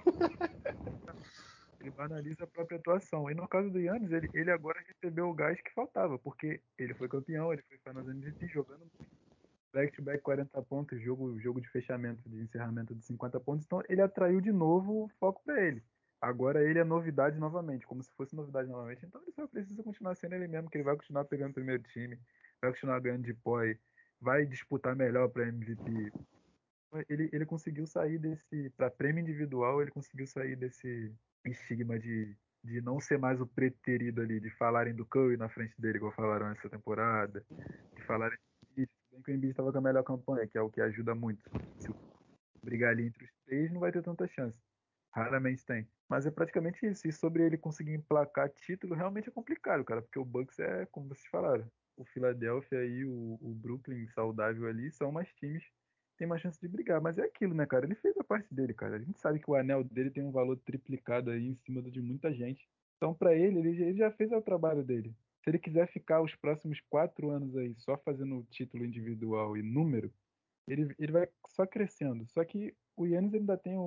ele banaliza a própria atuação. E no caso do Giannis, ele agora recebeu o gás que faltava, porque ele foi campeão, ele foi Finals MVP jogando back-to-back 40 pontos, jogo de fechamento, de encerramento de 50 pontos. Então ele atraiu de novo o foco para ele. Agora ele é novidade novamente, como se fosse novidade novamente. Então ele só precisa continuar sendo ele mesmo, que ele vai continuar pegando o primeiro time, vai continuar ganhando de poi, vai disputar melhor para MVP. Ele conseguiu sair desse, para prêmio individual, ele conseguiu sair desse estigma de não ser mais o preterido ali, de falarem do Curry na frente dele, igual falaram essa temporada, de falarem de bem que o Embiid estava com a melhor campanha, que é o que ajuda muito. Se brigar ali entre os três, não vai ter tanta chance. Raramente tem. Mas é praticamente isso. E sobre ele conseguir emplacar título, realmente é complicado, cara, porque o Bucks é, como vocês falaram, o Philadelphia e o Brooklyn saudável ali são mais times que têm mais chance de brigar. Mas é aquilo, né, cara? Ele fez a parte dele, cara. A gente sabe que o anel dele tem um valor triplicado aí em cima de muita gente. Então, pra ele já fez o trabalho dele. Se ele quiser ficar os próximos 4 anos aí só fazendo título individual e número, ele vai só crescendo. Só que o Yannis ainda tem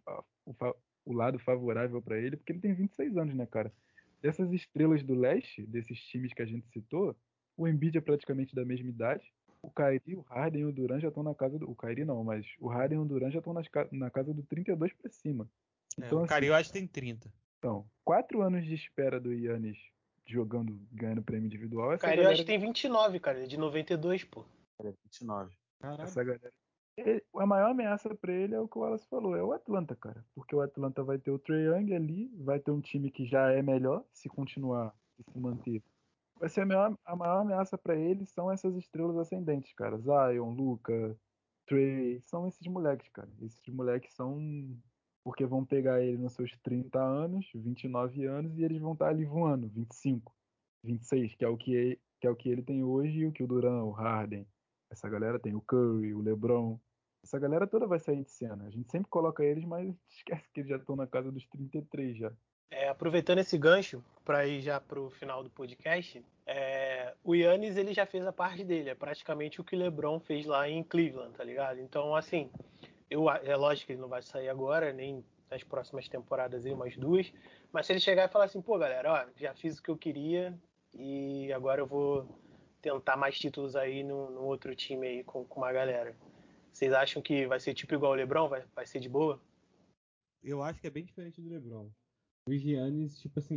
o lado favorável para ele, porque ele tem 26 anos, né, cara? Dessas estrelas do leste, desses times que a gente citou, o Embiid é praticamente da mesma idade. O Kyrie, o Harden e o Durant já estão na casa do. O Kyrie não, mas o Harden e o Durant já estão na casa do 32 para cima. Então, O assim, cara, eu acho que tem 30. então, 4 anos de espera do Yannis jogando, ganhando prêmio individual, O essa cara, eu acho galera que tem 29, cara. Ele é de 92, pô. Cara, 29. Caralho. Essa galera. A maior ameaça pra ele é o que o Wallace falou, é o Atlanta, cara. Porque o Atlanta vai ter o Trae Young ali, vai ter um time que já é melhor, se continuar e se manter. Vai ser a maior ameaça pra ele são essas estrelas ascendentes, cara. Zion, Luka, Trae, são esses moleques, cara. Esses moleques são porque vão pegar ele nos seus 30 anos, 29 anos, e eles vão estar ali voando, 25, 26, que é o que ele tem hoje e o que o Durant, o Harden, essa galera tem, o Curry, o LeBron. Essa galera toda vai sair de cena. A gente sempre coloca eles, mas esquece que eles já estão na casa dos 33 já. Aproveitando esse gancho, para ir já pro final do podcast, o Yannis ele já fez a parte dele. É praticamente o que o LeBron fez lá em Cleveland, tá ligado? Então, assim, é lógico que ele não vai sair agora, nem nas próximas temporadas aí, umas duas. Mas se ele chegar e falar assim, pô, galera, ó, já fiz o que eu queria e agora eu vou tentar mais títulos aí no outro time aí com uma galera. Vocês acham que vai ser tipo igual o LeBron? Vai ser de boa? Eu acho que é bem diferente do LeBron. O Giannis, tipo assim,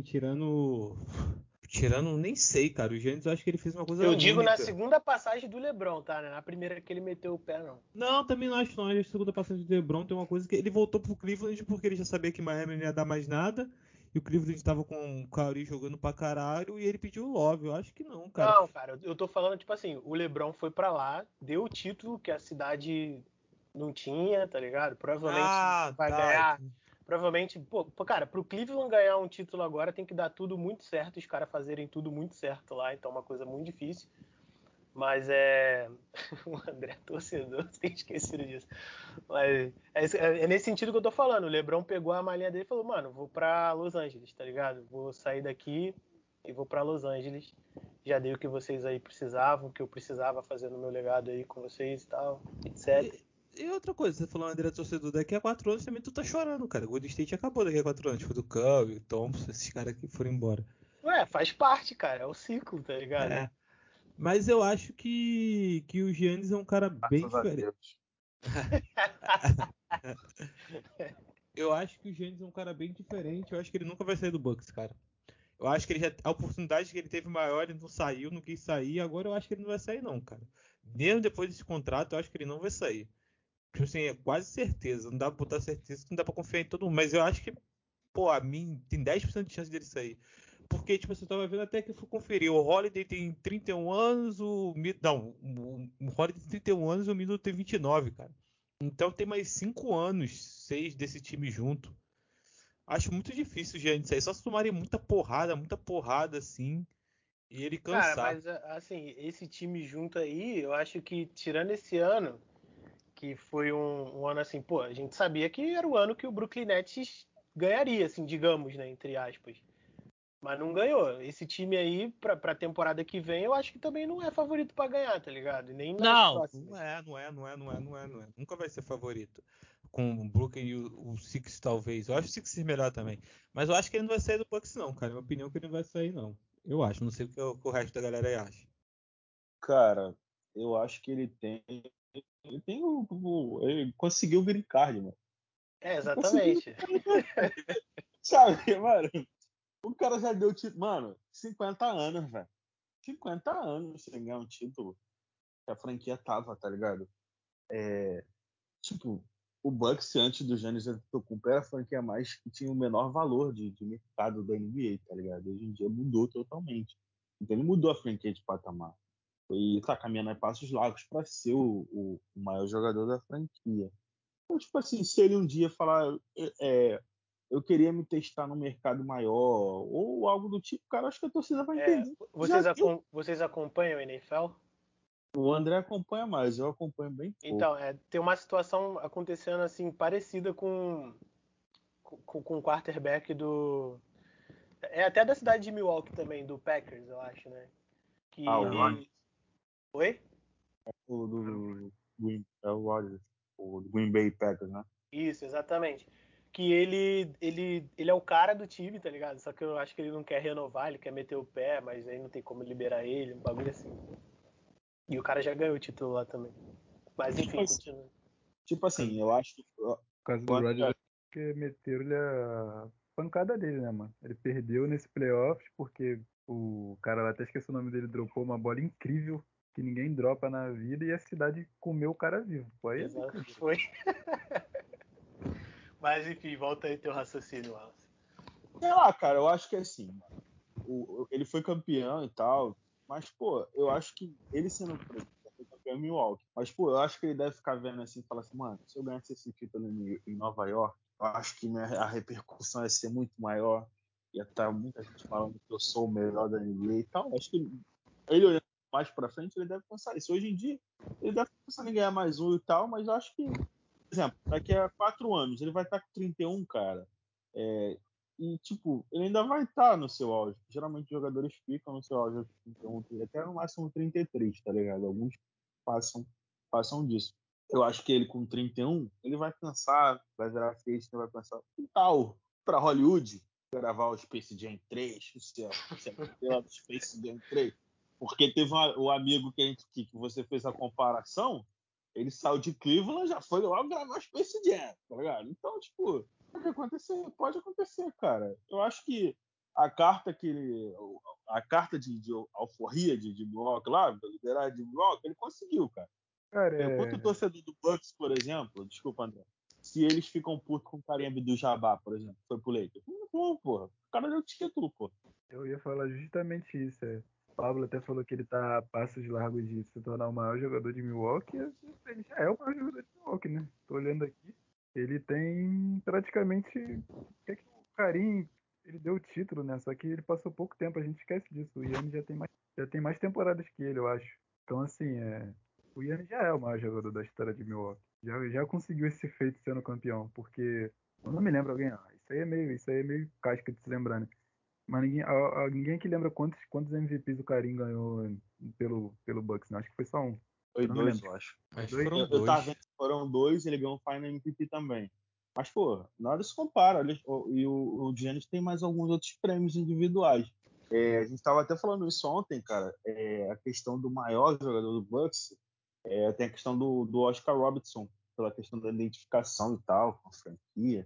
tirando, nem sei, cara. O Giannis, eu acho que ele fez uma coisa Eu digo na única. segunda passagem do LeBron, tá? Não é na primeira que ele meteu o pé, não. Não, também não acho, não. A segunda passagem do LeBron tem uma coisa que ele voltou pro Cleveland porque ele já sabia que Miami não ia dar mais nada. E o Cleveland estava com o Kyrie jogando pra caralho e ele pediu o Love. Eu acho que não, cara. Não, cara, eu tô falando, tipo assim, o LeBron foi pra lá, deu o título que a cidade não tinha, tá ligado? Provavelmente Ah, vai tá. ganhar. Provavelmente, pô, cara, pro Cleveland ganhar um título agora tem que dar tudo muito certo, os caras fazerem tudo muito certo lá, então é uma coisa muito difícil. Mas o André é torcedor, você tem esquecido disso. Mas é nesse sentido que eu tô falando. O LeBron pegou a malinha dele e falou, mano, vou pra Los Angeles, tá ligado? Vou sair daqui e vou pra Los Angeles. Já dei o que vocês aí precisavam, o que eu precisava fazer no meu legado aí com vocês e tal, etc. E outra coisa, você falou André torcedor, daqui a 4 anos também tu tá chorando, cara. O Golden State acabou daqui a 4 anos. Foi do Curry, Thompson, esses caras que foram embora. Ué, faz parte, cara. É o ciclo, tá ligado? É. Mas eu acho que o Giannis é um cara bem Graças a diferente. Deus. Eu acho que o Giannis é um cara bem diferente. Eu acho que ele nunca vai sair do Bucks, cara. Eu acho que a oportunidade que ele teve maior, ele não saiu, não quis sair. Agora eu acho que ele não vai sair, não, cara. Mesmo depois desse contrato, eu acho que ele não vai sair. Tipo assim, é quase certeza. Não dá pra botar certeza, não dá pra confiar em todo mundo. Mas eu acho que, pô, a mim tem 10% de chance dele sair. Porque, tipo, você tava vendo até que eu fui conferir. O Holiday tem 31 anos, não, o Holiday tem 31 anos e o Mino tem 29, cara. Então tem mais 5 anos, 6 desse time junto. Acho muito difícil, gente, sair. Só se tomarem muita porrada, assim, e ele Cara, cansar. mas assim, esse time junto aí, eu acho que tirando esse ano, que foi um ano assim, pô, a gente sabia que era o ano que o Brooklyn Nets ganharia, assim, digamos, né, entre aspas. Mas não ganhou. Esse time aí, pra temporada que vem, eu acho que também não é favorito pra ganhar, tá ligado? Nem nas Não, próximas. não é. Nunca vai ser favorito. Com o Brooklyn e o Six, talvez. Eu acho o Six melhor também. Mas eu acho que ele não vai sair do Bucks, não, cara. Minha opinião é que ele não vai sair, não. Eu acho. Não sei o que o resto da galera aí acha. Cara, eu acho que ele tem ele conseguiu o green card, mano. É, Ele conseguiu, exatamente. sabe, mano? O cara já deu título, mano, 50 anos, velho. 50 anos sem ganhar um título que a franquia tava, tá ligado? Tipo, o Bucks antes do Giannis Antetokounmpo era a franquia mais que tinha o menor valor de mercado da NBA, tá ligado? Hoje em dia mudou totalmente. Então ele mudou a franquia de patamar. E tá caminhando a passos largos para ser o maior jogador da franquia. Então, tipo assim, se ele um dia falar eu queria me testar no mercado maior ou algo do tipo, cara, acho que a torcida vai É, entender. vocês, vocês acompanham o NFL? O André acompanha mais, eu acompanho bem pouco. Então, tem uma situação acontecendo assim parecida com o quarterback do. É até da cidade de Milwaukee também, do Packers, eu acho, né? Que Ah, o Rod, ele. Oi? o Rodgers, o do Green Bay Packers, né? Isso, exatamente. Que ele é o cara do time, tá ligado? Só que eu acho que ele não quer renovar, ele quer meter o pé, mas aí não tem como liberar ele, um bagulho assim. E o cara já ganhou o título lá também. Mas Tipo enfim, assim, continua. tipo assim, eu acho que Por causa o do Rodgers, André, é porque meteram-lhe a pancada dele, né, mano? Ele perdeu nesse playoffs porque o cara lá, até esqueci o nome dele, dropou uma bola incrível que ninguém dropa na vida e a cidade comeu o cara vivo. Pô, aí é Exato, brincadeira. foi. Mas enfim, volta aí teu raciocínio, Wallace. sei lá, cara, eu acho que é assim, ele foi campeão e tal, mas, pô, eu acho que ele sendo, por exemplo, já foi campeão em Milwaukee, mas, pô, eu acho que ele deve ficar vendo assim e falar assim, mano, se eu ganhasse esse título em Nova York, eu acho que a repercussão ia ser muito maior, ia estar muita gente falando que eu sou o melhor da NBA e tal. Acho que ele olhando mais pra frente, ele deve pensar isso. Hoje em dia, ele deve pensar em ganhar mais um e tal, mas eu acho que, por exemplo, daqui a 4 anos, ele vai estar com 31, cara. É, e, tipo, ele ainda vai estar no seu auge. Geralmente, os jogadores ficam no seu auge aos 31, até no máximo 33, tá ligado? Alguns passam, passam disso. Eu acho que ele com 31, ele vai pensar, vai virar face, vai pensar, que tal pra Hollywood gravar o Space Jam 3, se é estrela do Space Jam 3? Porque teve o amigo que você fez a comparação, ele saiu de Cleveland, já foi logo gravar o Space Jam, tá ligado? Então, tipo, pode acontecer, pode acontecer, cara. Eu acho que a carta que ele, a carta de alforria de Milwaukee lá, da liderança de Milwaukee, ele conseguiu, cara. Cara, Quanto o torcedor do Bucks, por exemplo, desculpa, André, se eles ficam putos com o Kareem do Jabá, por exemplo, foi pro Lakers. Não, porra. O cara deu título, pô. eu ia falar justamente isso. É. O Pablo até falou que ele tá a passos largos de se tornar o maior jogador de Milwaukee. Ele já é o maior jogador de Milwaukee, né? Tô olhando aqui. Ele tem praticamente. O que é que o Karim, ele deu o título, né? Só que ele passou pouco tempo, a gente esquece disso. O Yannis já tem mais temporadas que ele, eu acho. Então, assim, o Yannis já é o maior jogador da história de Milwaukee. Já conseguiu esse feito sendo campeão, porque eu não me lembro alguém. Isso aí é meio casca de se lembrar, né? Mas ninguém aqui lembra quantos MVPs o Karim ganhou pelo Bucks, né? Acho que foi só um. Foi Eu não me dois, lembro. eu acho. Foi Acho que dois? foram Eu tava vendo dois. que foram dois, ele ganhou o Final MVP também. Mas, pô, nada se compara. E o Giannis tem mais alguns outros prêmios individuais. A gente estava até falando isso ontem, cara. A questão do maior jogador do Bucks, tem a questão do Oscar Robertson, pela questão da identificação e tal, com a franquia.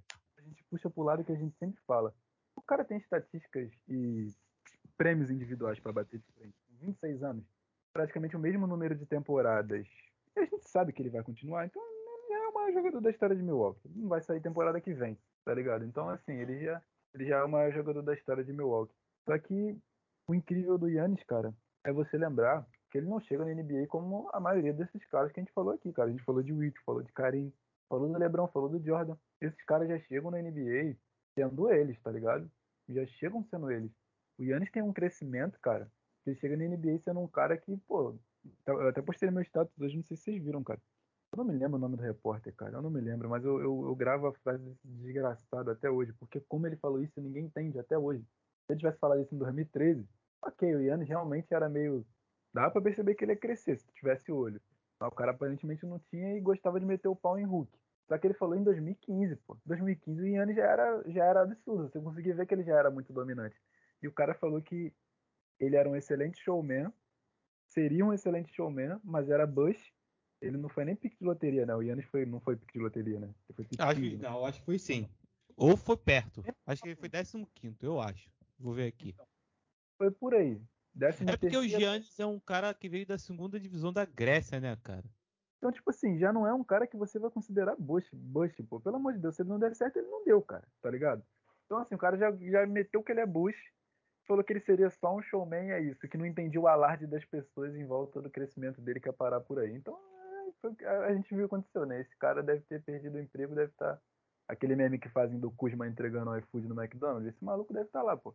gente puxa pro lado que a gente sempre fala. O cara tem estatísticas e prêmios individuais para bater de frente. Com 26 anos, praticamente o mesmo número de temporadas. E a gente sabe que ele vai continuar, então ele é o maior jogador da história de Milwaukee. Não vai sair temporada que vem, tá ligado? Então, assim, ele já é o maior jogador da história de Milwaukee. Só que o incrível do Giannis, cara, é você lembrar que ele não chega na NBA como a maioria desses caras que a gente falou aqui, cara. A gente falou de Witt, falou de Kareem, falou do LeBron, falou do Jordan. Esses caras já chegam na NBA sendo eles, tá ligado? Já chegam sendo eles. O Giannis tem um crescimento, cara, que ele chega na NBA sendo um cara que, pô, eu até postei no meu status hoje, não sei se vocês viram, cara. Eu não me lembro o nome do repórter, cara, eu não me lembro, mas eu gravo a frase desse desgraçado até hoje, porque como ele falou isso, ninguém entende até hoje. Se ele tivesse falado isso em 2013, ok, o Giannis realmente era meio... Dá pra perceber que ele ia crescer, se tivesse olho. Mas o cara aparentemente não tinha e gostava de meter o pau em Hulk. Só que ele falou em 2015, pô. 2015 o Giannis já era absurdo. Você conseguia ver que ele já era muito dominante. E o cara falou que ele era um excelente showman, seria um excelente showman, mas era bust. Ele não foi nem pique de loteria, né? O Giannis não foi pique de loteria, né? Ele foi pique Acho 15, que, né? não, acho que foi sim. Ou foi perto. Acho que ele foi 15º, eu acho. Vou ver aqui. Então, foi por aí. É porque o 13º. Giannis é um cara que veio da segunda divisão da Grécia, né, cara? Então, tipo assim, já não é um cara que você vai considerar Bush, pô. Pelo amor de Deus, se ele não der certo, ele não deu, cara, tá ligado? Então, assim, o cara já meteu que ele é Bush, falou que ele seria só um showman e é isso, que não entendia o alarde das pessoas em volta do crescimento dele que ia parar por aí. Então, a gente viu o que aconteceu, né? Esse cara deve ter perdido o emprego, deve estar... Aquele meme que fazem do Kuzma entregando o iFood no McDonald's, esse maluco deve estar lá, pô.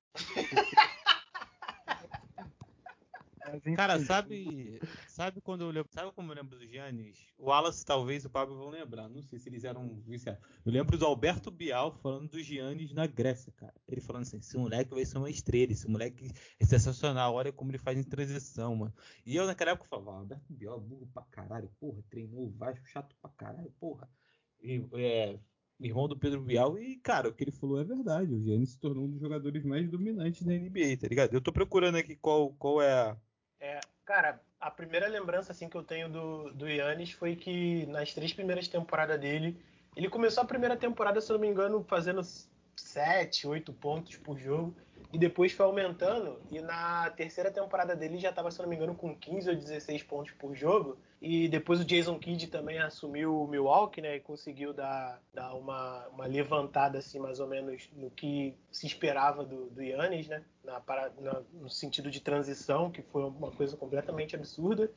Mas, Cara, enfim, sabe quando eu lembro, sabe como eu lembro do Giannis? O Wallace talvez o Pablo vão lembrar, não sei se eles eram viciados. Eu lembro do Alberto Bial falando do Giannis na Grécia, cara. Ele falando assim: esse moleque vai ser uma estrela, esse moleque é sensacional, olha como ele faz em transição, mano. E eu naquela época falava: Alberto Bial é burro pra caralho, porra, treinou o Vasco chato pra caralho, porra. E, irmão do Pedro Bial, e cara, o que ele falou é verdade. O Giannis se tornou um dos jogadores mais dominantes da NBA, tá ligado? Eu tô procurando aqui qual é a. Cara, a primeira lembrança assim que eu tenho do Giannis foi que nas 3 primeiras temporadas dele, ele começou a primeira temporada, se eu não me engano, fazendo 7, 8 pontos por jogo, e depois foi aumentando, e na terceira temporada dele já estava, se eu não me engano, com 15 ou 16 pontos por jogo, e depois o Jason Kidd também assumiu o Milwaukee, né, e conseguiu dar uma levantada, assim, mais ou menos, no que se esperava do Giannis, né, no sentido de transição, que foi uma coisa completamente absurda,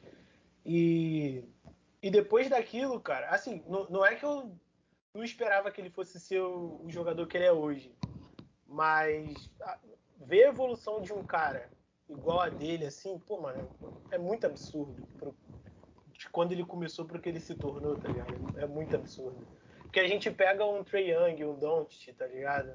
e depois daquilo, cara, assim, não é que eu não esperava que ele fosse ser o jogador que ele é hoje, mas ver a evolução de um cara igual a dele, assim, pô, mano, é muito absurdo. De quando ele começou pro que ele se tornou, tá ligado? É muito absurdo. Porque a gente pega um Trae Young, um Doncic, tá ligado?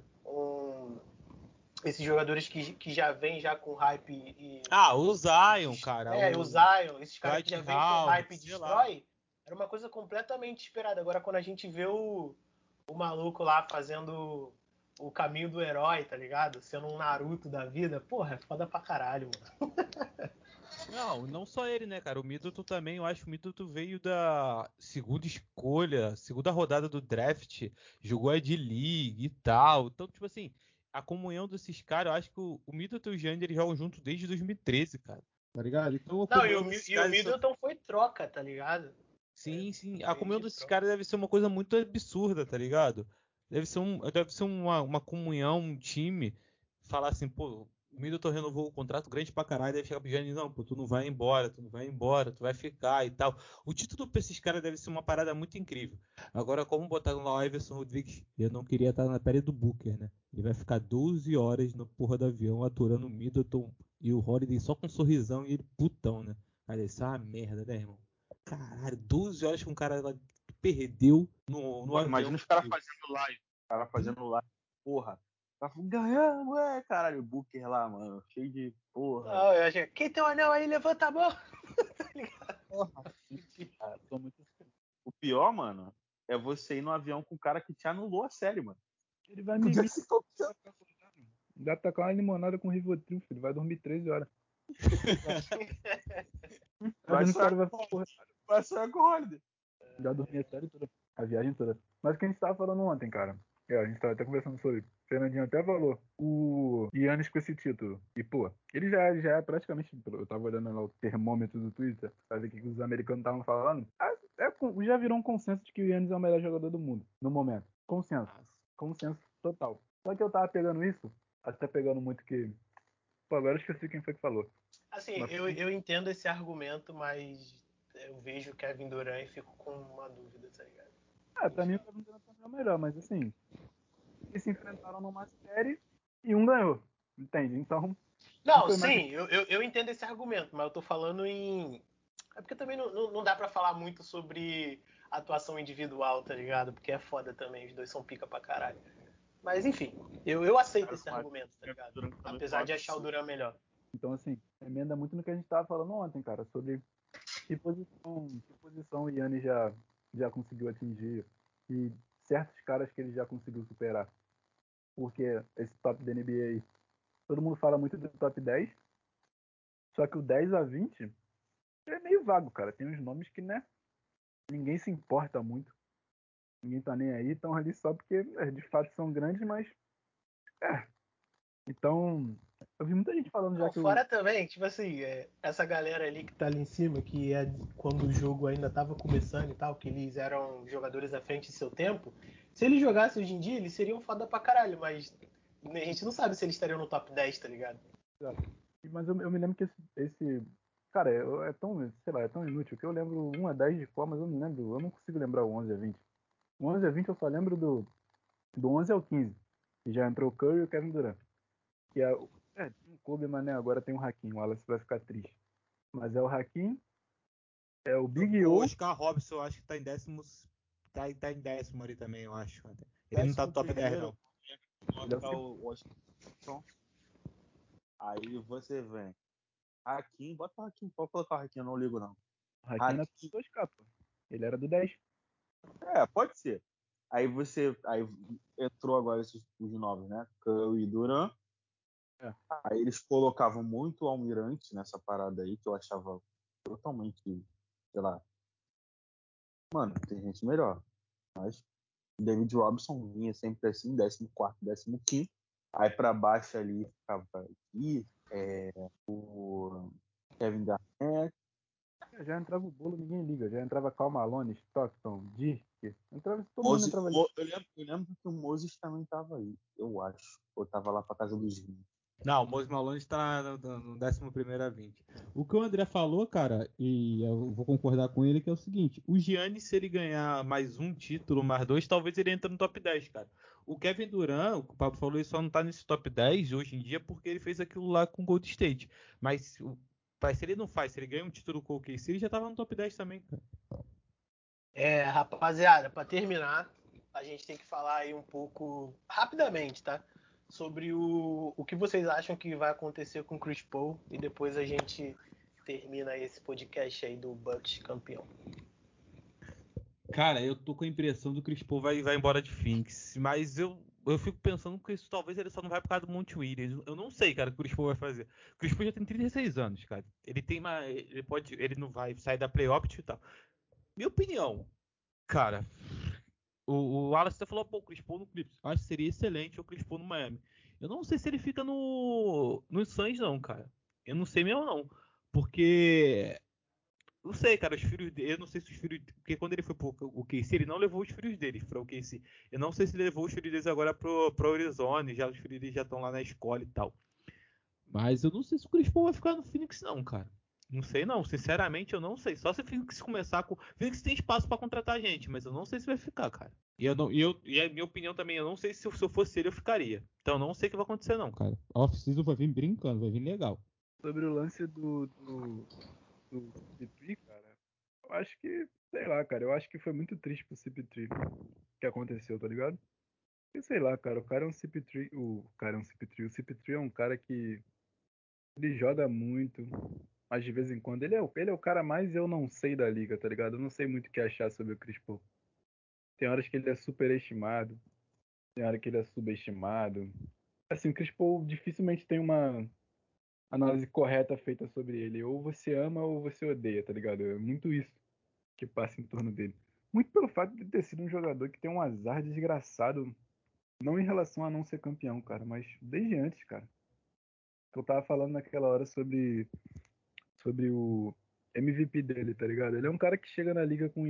Esses jogadores que já vêm já com hype e... O Zion, cara. O Zion, esses caras que Dwight já vêm com hype e Howard, sei lá. destrói, era uma coisa completamente esperada. Agora, quando a gente vê o maluco lá fazendo o caminho do herói, tá ligado? Sendo um Naruto da vida, porra, é foda pra caralho, mano. Não só ele, né, cara? O Middleton também, eu acho que o Middleton veio da segunda escolha, segunda rodada do draft, jogou a D-League e tal. Então, tipo assim, a comunhão desses caras, eu acho que o Middleton e o Giannis, eles jogam junto desde 2013, cara. Tá ligado? Então, a Não, comunhão desses e o caras... Middleton foi troca, tá ligado? Sim, sim. A Veio comunhão de desses troca. caras deve ser uma coisa muito absurda, tá ligado? Deve ser uma comunhão, um time. Falar assim, pô, o Middleton renovou o contrato grande pra caralho, deve chegar pro Giannis, não, pô, tu não vai embora, tu vai ficar e tal. O título pra esses caras deve ser uma parada muito incrível. Agora, como botaram lá o Iverson Rodrigues, eu não queria estar na pele do Booker, né? Ele vai ficar 12 horas na porra do avião aturando o Middleton e o Holiday só com um sorrisão e ele putão, né? Cara, isso é uma merda, né, irmão? Caralho, 12 horas com um cara lá que perdeu no avião. Imagina os caras fazendo live. Os caras fazendo live. Porra. Tá ganhando, caralho. O Booker lá, mano. Cheio de porra. Não, eu achei, quem tem um anel aí, levanta a mão. Tá ligado? Porra. Cara, tô muito... O pior, mano, é você ir no avião com o cara que te anulou a série, mano. ele vai Onde é mimir. que você ficou? Dá pra tacar uma limonada com Rivotril, filho. Vai dormir 13 horas. Vai Mas o cara sonhar vai porra, com o Holiday. já dormir a série toda. A viagem toda. Mas o que a gente tava falando ontem, cara. A gente tava até conversando sobre. O Fernandinho até falou. O Yannis com esse título. E, pô, ele já é praticamente. Eu tava olhando lá o termômetro do Twitter, pra ver o que os americanos estavam falando. Já virou um consenso de que o Yannis é o melhor jogador do mundo, no momento. Consenso. Consenso total. Só que eu tava pegando isso, até pegando muito que. Pô, agora eu esqueci quem foi que falou. Assim, Mas, eu entendo esse argumento, mas eu vejo o Kevin Durant e fico com uma dúvida, tá ligado? pra mim o Kevin Durant é o melhor, mas assim, eles se enfrentaram numa série e um ganhou. Entende? Então, não Não, foi mais. sim, eu entendo esse argumento, mas eu tô falando em. É porque também não dá pra falar muito sobre atuação individual, tá ligado? Porque é foda também, os dois são pica pra caralho. Mas enfim, eu aceito esse argumento, tá ligado? Apesar de achar o Duran melhor. Então, assim, emenda muito no que a gente tava falando ontem, cara, sobre que posição o Yannis já conseguiu atingir e certos caras que ele já conseguiu superar. Porque esse top da NBA, todo mundo fala muito do top 10, só que o 10 a 20 é meio vago, cara. Tem uns nomes que, né, ninguém se importa muito. Ninguém tá nem aí, estão ali só porque de fato são grandes, mas. É. Então, eu vi muita gente falando já Não, que o. fora também, tipo assim, essa galera ali que tá ali em cima, que é quando o jogo ainda tava começando e tal, que eles eram jogadores à frente de seu tempo, se eles jogassem hoje em dia, eles seriam foda pra caralho, mas a gente não sabe se eles estariam no top 10, tá ligado? Mas eu me lembro que esse cara, é tão, sei lá, é tão inútil que eu lembro 1 a 10 de qual, mas eu não lembro, eu não consigo lembrar o 11 a 20. O 11 a 20 eu só lembro do 11 ao 15, que já entrou o Curry e o Kevin Durant. Que tem um Kobe, mas né, agora tem o Hakim, o Wallace vai ficar triste. Mas é o Hakim, é o Big O O, Oscar Robson, eu acho que tá em décimo. Tá em décimo ali também, eu acho. Ele não tá Décimo top 10, primeiro, não. ele é o tá o Washington. Aí você vem. Hakim, bota o Hakim, pode colocar o Hakim, eu não ligo não. Hakim na Hakim, 2K, pô. Ele era do 10. pode ser. Aí entrou agora os novos, né? Curry e Duran. É. Aí eles colocavam muito o Almirante nessa parada aí, que eu achava totalmente, sei lá. Mano, tem gente melhor. Mas David Robson vinha sempre assim, 14º, 15º. Aí pra baixo ali ficava aqui, o Kevin Garnett. Já entrava o bolo, ninguém liga. Já entrava Karl Malone, Stockton, Dirk. Todo mundo Moses, entrava ali. eu lembro que o Moses também tava aí, eu acho. Ou tava lá pra casa dos Rins. Não, o Moses Malone está no 11º a 20. O que o André falou, cara, e eu vou concordar com ele, que é o seguinte: o Giannis, se ele ganhar mais um título, mais dois, talvez ele entre no top 10, cara. O Kevin Durant, o que o Pablo falou, ele só não tá nesse top 10 hoje em dia porque ele fez aquilo lá com o Gold State. Mas se ele não faz, se ele ganha um título com o OKC, ele já tava no top 10 também, cara. Rapaziada, pra terminar, a gente tem que falar aí um pouco, rapidamente, tá? Sobre o que vocês acham que vai acontecer com o Chris Paul e depois a gente termina esse podcast aí do Bucks campeão. Cara, eu tô com a impressão do que o Chris Paul vai embora de Phoenix, mas eu fico pensando que isso talvez ele só não vai por causa do Monte Williams. Eu não sei, cara, o que o Chris Paul vai fazer. O Chris Paul já tem 36 anos, cara. Ele não vai sair da playoff e tal. Minha opinião, cara, o Wallace até falou, pô, o Chris Paul no Clippers. Acho que seria excelente o Chris Paul no Miami. Eu não sei se ele fica no Suns não, cara. Eu não sei mesmo não, porque não sei, cara, os filhos dele, eu não sei se os filhos, porque quando ele foi pro OKC, ele não levou os filhos dele para o OKC. Eu não sei se ele levou os filhos deles agora pro Arizona, já os filhos deles já estão lá na escola e tal. Mas eu não sei se o Chris Paul vai ficar no Phoenix não, cara. Não sei não, sinceramente eu não sei. Só se o Phoenix começar com, o Phoenix tem espaço para contratar gente, mas eu não sei se vai ficar, cara. E a minha opinião também, eu não sei se eu fosse ele eu ficaria. Então eu não sei o que vai acontecer não, cara. A off-season vai vir brincando, vai vir legal. Sobre o lance do CP3, cara, eu acho que, sei lá, cara, eu acho que foi muito triste pro CP3 que aconteceu, tá ligado? E sei lá, cara, o cara é um CP3, o cara é um CP3, o CP3 é um cara que ele joga muito, mas de vez em quando ele é o cara mais eu não sei da liga, tá ligado? Eu não sei muito o que achar sobre o Chris Paul. Tem horas que ele é superestimado, tem horas que ele é subestimado. Assim, o Chris Paul dificilmente tem uma análise correta feita sobre ele. Ou você ama ou você odeia, tá ligado? É muito isso que passa em torno dele. Muito pelo fato de ter sido um jogador que tem um azar desgraçado Não em relação a não ser campeão, cara, mas desde antes, cara. Que eu tava falando naquela hora sobre o MVP dele, tá ligado? Ele é um cara que chega na liga com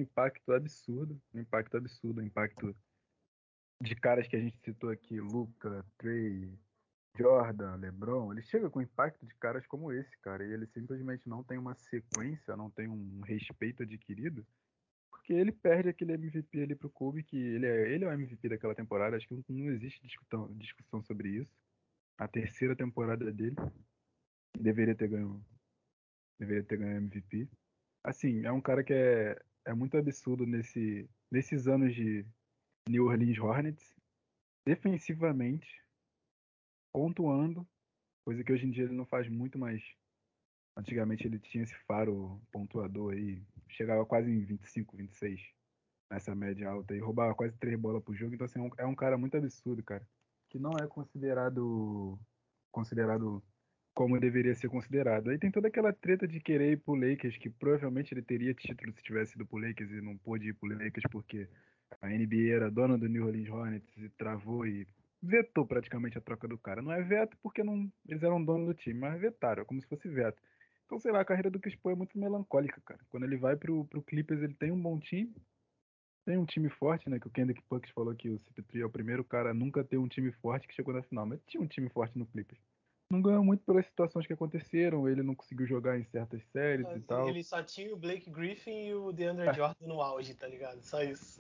um impacto de caras que a gente citou aqui, Luka, Trey, Jordan, LeBron. Ele chega com impacto de caras como esse, cara, e ele simplesmente não tem uma sequência, não tem um respeito adquirido, porque ele perde aquele MVP ali pro Kobe, que ele é o MVP daquela temporada, acho que não existe discussão sobre isso. A terceira temporada dele deveria ter ganho, deveria ter ganho MVP. Assim, é um cara que é muito absurdo nesses anos de New Orleans Hornets, defensivamente, pontuando, coisa que hoje em dia ele não faz muito, mas antigamente ele tinha esse faro pontuador aí, chegava quase em 25, 26 nessa média alta e roubava quase 3 bolas por jogo. Então, assim, é um cara muito absurdo, cara, que não é considerado como deveria ser considerado. Aí tem toda aquela treta de querer ir pro Lakers, que provavelmente ele teria título se tivesse ido pro Lakers e não pôde ir pro Lakers porque a NBA era dona do New Orleans Hornets e travou e vetou praticamente a troca do cara. Não é veto porque não, eles eram dono do time, mas vetaram, é como se fosse veto. Então, sei lá, a carreira do Chris Paul é muito melancólica, cara. Quando ele vai pro Clippers, ele tem um bom time, tem um time forte, né? Que o Kendrick Perkins falou que o CP3 é o primeiro cara a nunca ter um time forte que chegou na final, mas tinha um time forte no Clippers. Não ganhou muito pelas situações que aconteceram, ele não conseguiu jogar em certas séries e tal. Ele só tinha o Blake Griffin e o DeAndre Jordan no auge, tá ligado? Só isso. Só.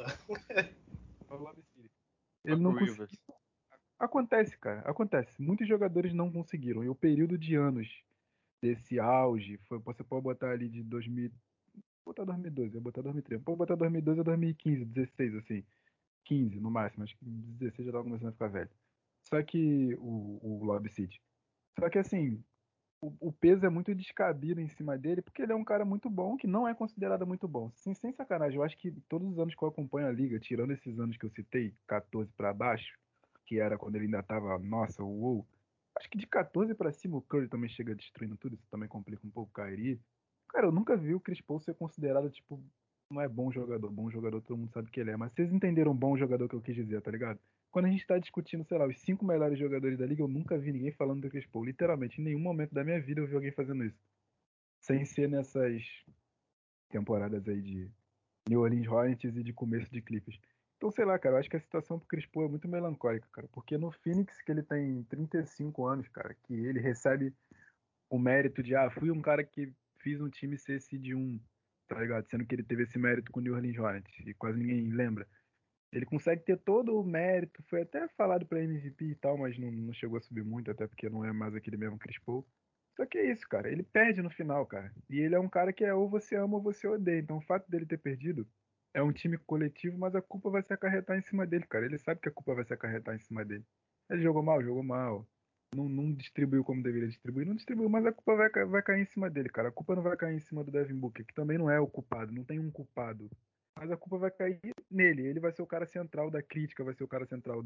Ele Doc não conseguiu. Rivers. Acontece, cara, acontece. Muitos jogadores não conseguiram. E o período de anos desse auge, você pode botar ali de 2000, botar 2012, eu vou botar 2013. Pode botar 2012 a 2015, 16, assim. 15 no máximo, acho que 16 já tava começando a ficar velho. Só que o Lob City. Só que assim, o peso é muito descabido em cima dele, porque ele é um cara muito bom, que não é considerado muito bom. Sem sacanagem, eu acho que todos os anos que eu acompanho a liga, tirando esses anos que eu citei, 14 pra baixo, que era quando ele ainda tava, nossa, uou. Acho que de 14 pra cima o Curry também chega destruindo tudo, isso também complica um pouco o Kyrie. Cara, eu nunca vi o Chris Paul ser considerado, tipo, não é bom jogador todo mundo sabe que ele é, mas vocês entenderam bom jogador que eu quis dizer, tá ligado? Quando a gente tá discutindo, sei lá, os 5 melhores jogadores da liga, eu nunca vi ninguém falando do Chris Paul. Literalmente, em nenhum momento da minha vida eu vi alguém fazendo isso. Sem ser nessas temporadas aí de New Orleans Hornets e de começo de Clippers. Então, sei lá, cara, eu acho que a situação pro Chris Paul é muito melancólica, cara. Porque no Phoenix, que ele tem 35 anos, cara, que ele recebe o mérito de, fui um cara que fiz um time ser seed 1, tá ligado? Sendo que ele teve esse mérito com o New Orleans Hornets, e quase ninguém lembra. Ele consegue ter todo o mérito, foi até falado pra MVP e tal, mas não chegou a subir muito, até porque não é mais aquele mesmo Chris Paul. Só que é isso, cara. Ele perde no final, cara. E ele é um cara que é ou você ama ou você odeia. Então o fato dele ter perdido é um time coletivo, mas a culpa vai se acarretar em cima dele, cara. Ele sabe que a culpa vai se acarretar em cima dele. Ele jogou mal, jogou mal. Não distribuiu como deveria distribuir, não distribuiu, mas a culpa vai cair em cima dele, cara. A culpa não vai cair em cima do Devin Booker, que também não é o culpado, não tem um culpado. Mas a culpa vai cair nele. Ele vai ser o cara central da crítica, vai ser o cara central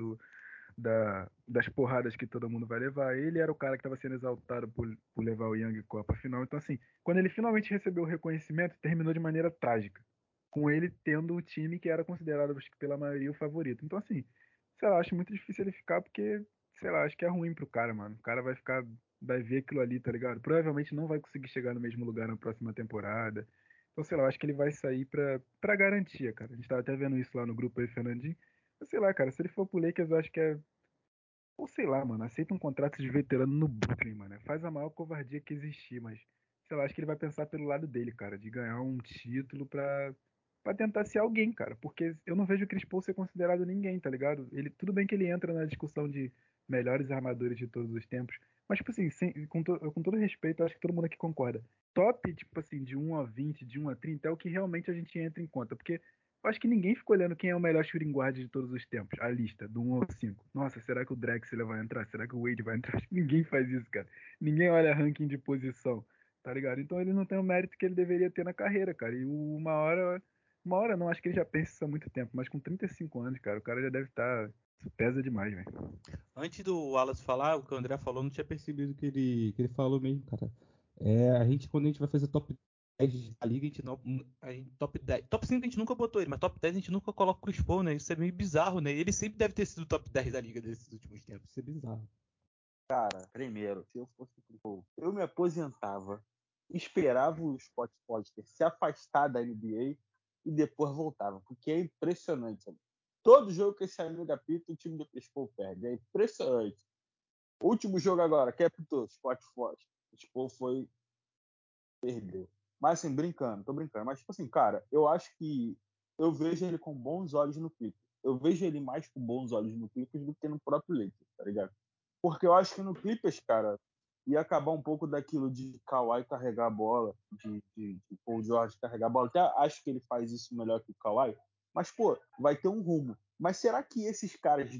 das porradas que todo mundo vai levar. Ele era o cara que estava sendo exaltado por levar o Young Copa final. Então, assim, quando ele finalmente recebeu o reconhecimento, terminou de maneira trágica. Com ele tendo o time que era considerado, acho que pela maioria, o favorito. Então, assim, sei lá, acho muito difícil ele ficar, porque, sei lá, acho que é ruim pro cara, mano. O cara vai ficar, vai ver aquilo ali, tá ligado? Provavelmente não vai conseguir chegar no mesmo lugar na próxima temporada. Então, sei lá, acho que ele vai sair pra garantia, cara. A gente tava até vendo isso lá no grupo aí, Fernandinho. Mas, sei lá, cara, se ele for pro Lakers, eu acho que é. Ou sei lá, mano, aceita um contrato de veterano no Brooklyn, mano. Faz a maior covardia que existir, mas, sei lá, acho que ele vai pensar pelo lado dele, cara, de ganhar um título pra tentar ser alguém, cara. Porque eu não vejo o Chris Paul ser considerado ninguém, tá ligado? Ele, tudo bem que ele entra na discussão de melhores armadores de todos os tempos, mas, tipo assim, com todo respeito, eu acho que todo mundo aqui concorda. Top, tipo assim, de 1 a 20, de 1 a 30 é o que realmente a gente entra em conta. Porque eu acho que ninguém ficou olhando quem é o melhor shooting guard de todos os tempos. A lista, do 1 ao 5. Nossa, será que o Drexler vai entrar? Será que o Wade vai entrar? Acho que ninguém faz isso, cara. Ninguém olha ranking de posição, tá ligado? Então ele não tem o mérito que ele deveria ter na carreira, cara. E uma hora não, acho que ele já pensa isso há muito tempo, mas com 35 anos, cara, o cara já deve estar. Isso pesa demais, velho. Antes do Wallace falar, o que o André falou, eu não tinha percebido que ele falou mesmo, cara. A gente, quando a gente vai fazer top da liga, top 10. Top 5 a gente nunca botou ele, mas top 10 a gente nunca coloca o Chris Paul, né? Isso é meio bizarro, né? Ele sempre deve ter sido o top 10 da liga desses últimos tempos. Isso é bizarro. Cara, primeiro, se eu fosse eu me aposentava, esperava o Scott Foster se afastar da NBA e depois voltava, porque é impressionante. Sabe? Todo jogo que esse amigo apita, o time do Chris Paul perde. É impressionante. O último jogo agora, quem apitou? Scott Foster. O Chris Paul perdeu. Mas assim, tô brincando. Mas, tipo assim, cara, eu acho que eu vejo ele com bons olhos no Clippers. Eu vejo ele mais com bons olhos no Clippers do que no próprio Lakers, tá ligado? Porque eu acho que no Clippers, cara, ia acabar um pouco daquilo de Kawhi carregar a bola, de Paul George carregar a bola. Até acho que ele faz isso melhor que o Kawhi. Mas, pô, vai ter um rumo. Mas será que esses caras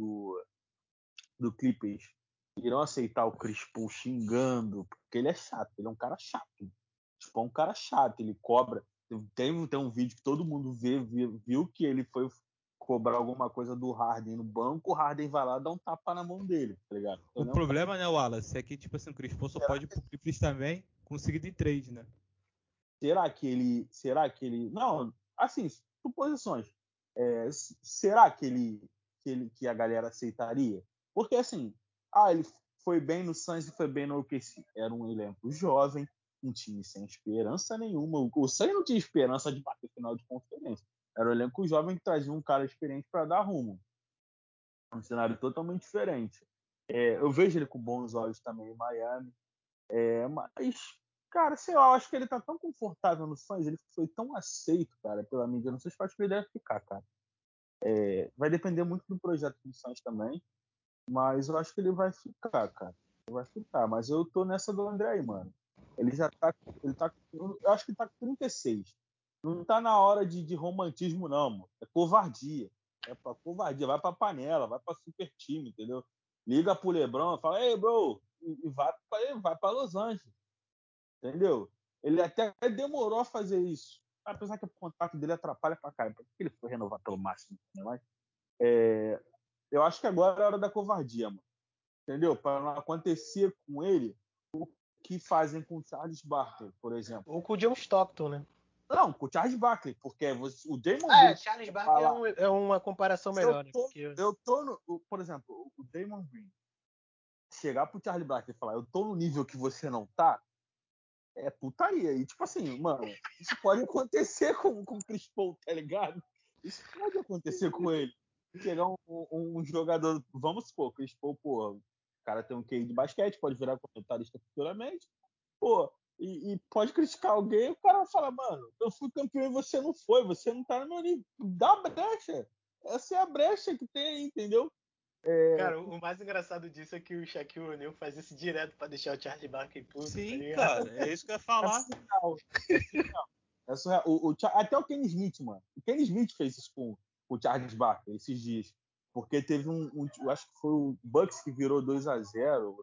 do Clippers irão aceitar o Chris Paul xingando? Porque ele é chato, ele é um cara chato. Tipo, é um cara chato, ele cobra. Tem um vídeo que todo mundo viu que ele foi cobrar alguma coisa do Harden no banco, o Harden vai lá e dá um tapa na mão dele, tá ligado? O problema, né, Wallace, é que, tipo assim, o Chris Paul só pode ir pro Clippers também conseguir de trade, né? Será que ele. Não, assim, suposições. Será que a galera aceitaria? Porque assim, ele foi bem no Suns e foi bem no OKC. Era um elenco jovem, um time sem esperança nenhuma. O Suns não tinha esperança de bater final de conferência. Era um elenco jovem que trazia um cara experiente para dar rumo. Um cenário totalmente diferente. Eu vejo ele com bons olhos também em Miami. Mas, cara, sei lá, eu acho que ele tá tão confortável no Suns, ele foi tão aceito, cara, pela mídia. Não sei se eu acho que ele deve ficar, cara. Vai depender muito do projeto do Suns também, mas eu acho que ele vai ficar, cara. Ele vai ficar, mas eu tô nessa do André aí, mano. Ele já tá. Eu acho que tá com 36. Não tá na hora de romantismo, não, mano. É covardia. É pra covardia. Vai pra panela, vai pra super time, entendeu? Liga pro Lebron, fala, ei, bro, e vai pra Los Angeles. Entendeu? Ele até demorou a fazer isso. Apesar que o contato dele atrapalha pra caramba. Por que ele foi renovar pelo máximo? Né? Mas, eu acho que agora é a hora da covardia, mano. Entendeu? Para não acontecer com ele o que fazem com o Charles Barkley, por exemplo. Ou com o John Stockton, né? Não, com o Charles Barkley, porque o Damon Green Charles Barkley é uma comparação melhor. Eu tô no, por exemplo, o Damon Green chegar pro Charles Barkley e falar, eu tô no nível que você não tá, é putaria. E tipo assim, mano, isso pode acontecer com o Chris Paul, tá ligado? Isso pode acontecer com ele. Chegar um jogador, vamos supor, Chris Paul, pô, o cara tem um QI de basquete, pode virar comentarista futuramente, pô, e pode criticar alguém, o cara vai falar, mano, eu fui campeão e você não foi, você não tá no meu nível. Dá brecha. Essa é a brecha que tem aí, entendeu? Cara, o mais engraçado disso é que o Shaquille O'Neal faz isso direto pra deixar o Charles Barkley puto, tá Sim, ligado? cara, é isso que eu ia É falar. surreal. É surreal. É surreal. Até o Kenny Smith, mano. O Kenny Smith fez isso com o Charles Barkley esses dias. Porque teve eu acho que foi o Bucks que virou 2-0,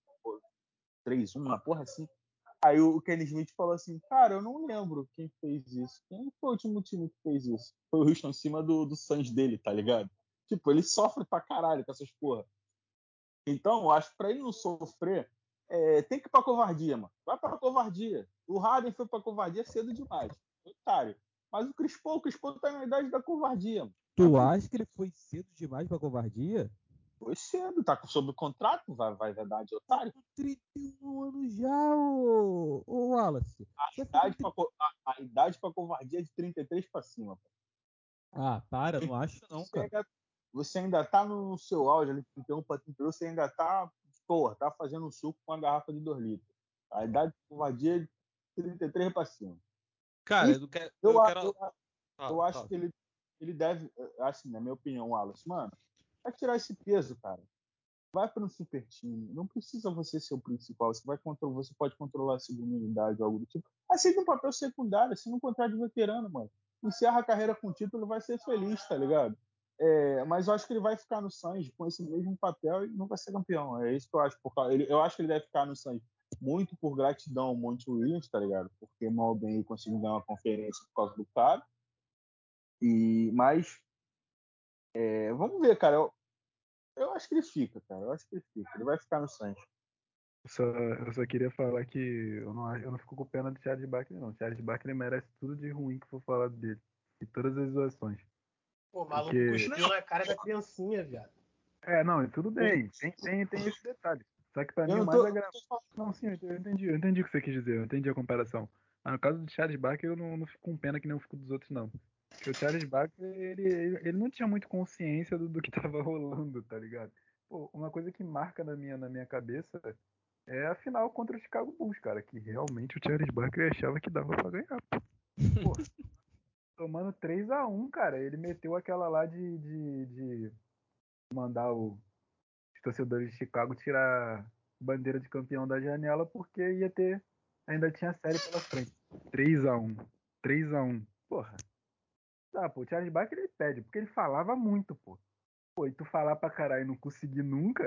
3-1, uma porra assim. Aí o Kenny Smith falou assim, cara, eu não lembro quem fez isso. Quem foi o último time que fez isso? Foi o Houston em cima do Suns dele, tá ligado? Tipo, ele sofre pra caralho com essas porra. Então, eu acho que pra ele não sofrer, tem que ir pra covardia, mano. Vai pra covardia. O Harden foi pra covardia cedo demais. Otário. Mas o Chris Paul tá na idade da covardia, mano. Tu acha que ele foi cedo demais pra covardia? Foi cedo, tá sob contrato, vai dar de Tá otário. com 31 anos já, ô Wallace. Você foi com A idade pra covardia é de 33 pra cima. Pô. Ah, para, não acho não, Você cara. ainda, você ainda tá no seu auge, ali, 31 pra 32, você ainda tá, porra, tá fazendo um suco com uma garrafa de 2 litros. A idade de covardia é de 33 pra cima. Cara, E eu, eu eu, quero. eu Fala, acho fala. que ele deve, assim, na minha opinião, Wallace, mano, vai tirar esse peso, cara. Vai para um super time. Não precisa você ser o principal. Você pode controlar a segunda unidade ou algo do tipo. Aceita um papel secundário, assina um contrato de veterano, mano. Encerra a carreira com título, vai ser feliz, tá ligado? Mas eu acho que ele vai ficar no Suns com esse mesmo papel e não vai ser campeão. É isso que eu acho. Eu acho que ele deve ficar no Suns muito por gratidão ao Monte Williams, tá ligado? Porque mal bem ele conseguiu ganhar uma conferência por causa do cara. Mas vamos ver, cara. Eu acho que ele fica, cara. Eu acho que ele fica. Ele vai ficar no Santos. Eu só queria falar que eu não fico com pena do Charles Barkley, não. O Charles Barkley merece tudo de ruim que for falado dele. E todas as zoações. Pô, o maluco Porque. cuspiu na cara da criancinha, viado. Não, e tudo bem. Tem esse detalhe. Só que pra Eu mim o não mais tô. agradável. Não, sim, eu entendi o que você quis dizer. Eu entendi a comparação. Mas no caso do Charles Barkley, eu não fico com pena que nem eu fico dos outros, não. Porque o Charles Barkley, ele não tinha muito consciência do que tava rolando, tá ligado? Pô, uma coisa que marca na minha cabeça é a final contra o Chicago Bulls, cara. Que realmente o Charles Barkley achava que dava pra ganhar. Pô, tomando 3-1, cara. Ele meteu aquela lá de mandar os torcedores de Chicago tirar bandeira de campeão da janela porque ainda tinha série pela frente. 3-1. 3-1. Porra. Tá, pô, o Charles Barkley ele pede, porque ele falava muito, pô. Pô, e tu falar pra caralho e não conseguir nunca,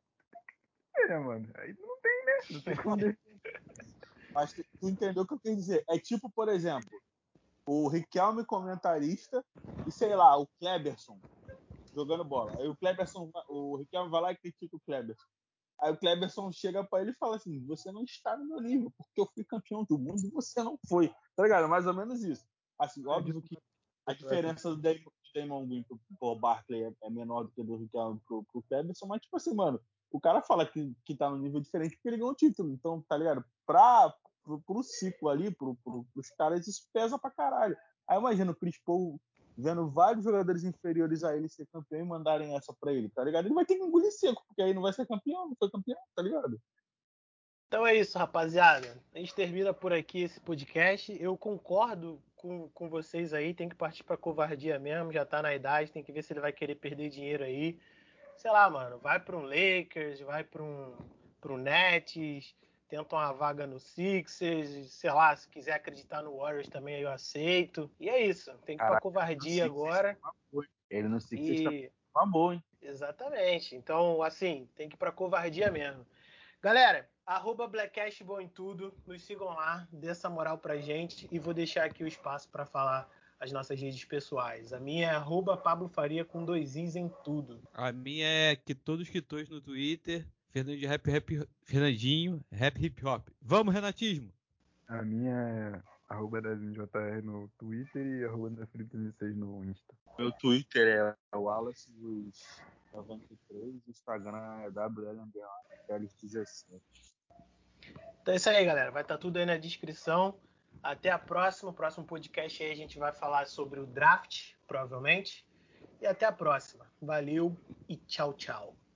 né, mano? Aí não tem, né? Não tem como defender. Mas tu entendeu o que eu quis dizer? É tipo, por exemplo, o Riquelme comentarista e, sei lá, o Kleberson jogando bola. Aí o Riquelme vai lá e critica o Kleberson. Aí o Kleberson chega pra ele e fala assim: você não está no meu nível, porque eu fui campeão do mundo e você não foi. Tá ligado? Mais ou menos isso. Assim, óbvio que a diferença do Damon Green pro Barkley é menor do que do Riquelme pro Kleberson, mas tipo assim, mano, o cara fala que tá no nível diferente porque ele ganhou o título. Então, tá ligado? Pro ciclo ali, pros caras, isso pesa pra caralho. Aí imagina o Chris Paul vendo vários jogadores inferiores a ele ser campeão e mandarem essa pra ele, tá ligado? Ele vai ter que engolir seco, porque aí não vai ser campeão, não foi campeão, tá ligado? Então é isso, rapaziada. A gente termina por aqui esse podcast. Eu concordo com vocês aí. Tem que partir pra covardia mesmo. Já tá na idade. Tem que ver se ele vai querer perder dinheiro aí. Sei lá, mano. Vai pra um Lakers, vai pra um Nets. Tenta uma vaga no Sixers. Sei lá, se quiser acreditar no Warriors também eu aceito. E é isso. Tem que ir pra Caraca, covardia agora. ele no Sixers tá E. uma boa, hein? Exatamente. Então, assim, tem que ir pra covardia mesmo. Galera, @BlackCastBom em tudo. Nos sigam lá, dê essa moral pra gente. E vou deixar aqui o espaço para falar as nossas redes pessoais. A minha é @PabloFaria com 2 Is em tudo. A minha é que todos que tois no Twitter. Fernandinho, rap hip hop. Vamos, Renatismo! A minha é @DazinJR no Twitter e @DaFelipe16 no Insta. Meu Twitter é o Wallace dos 93, o Instagram é WL_Felix17. Então é isso aí, galera. Vai estar tudo aí na descrição. Até a próxima. O próximo podcast aí a gente vai falar sobre o draft, provavelmente. E até a próxima. Valeu e tchau, tchau.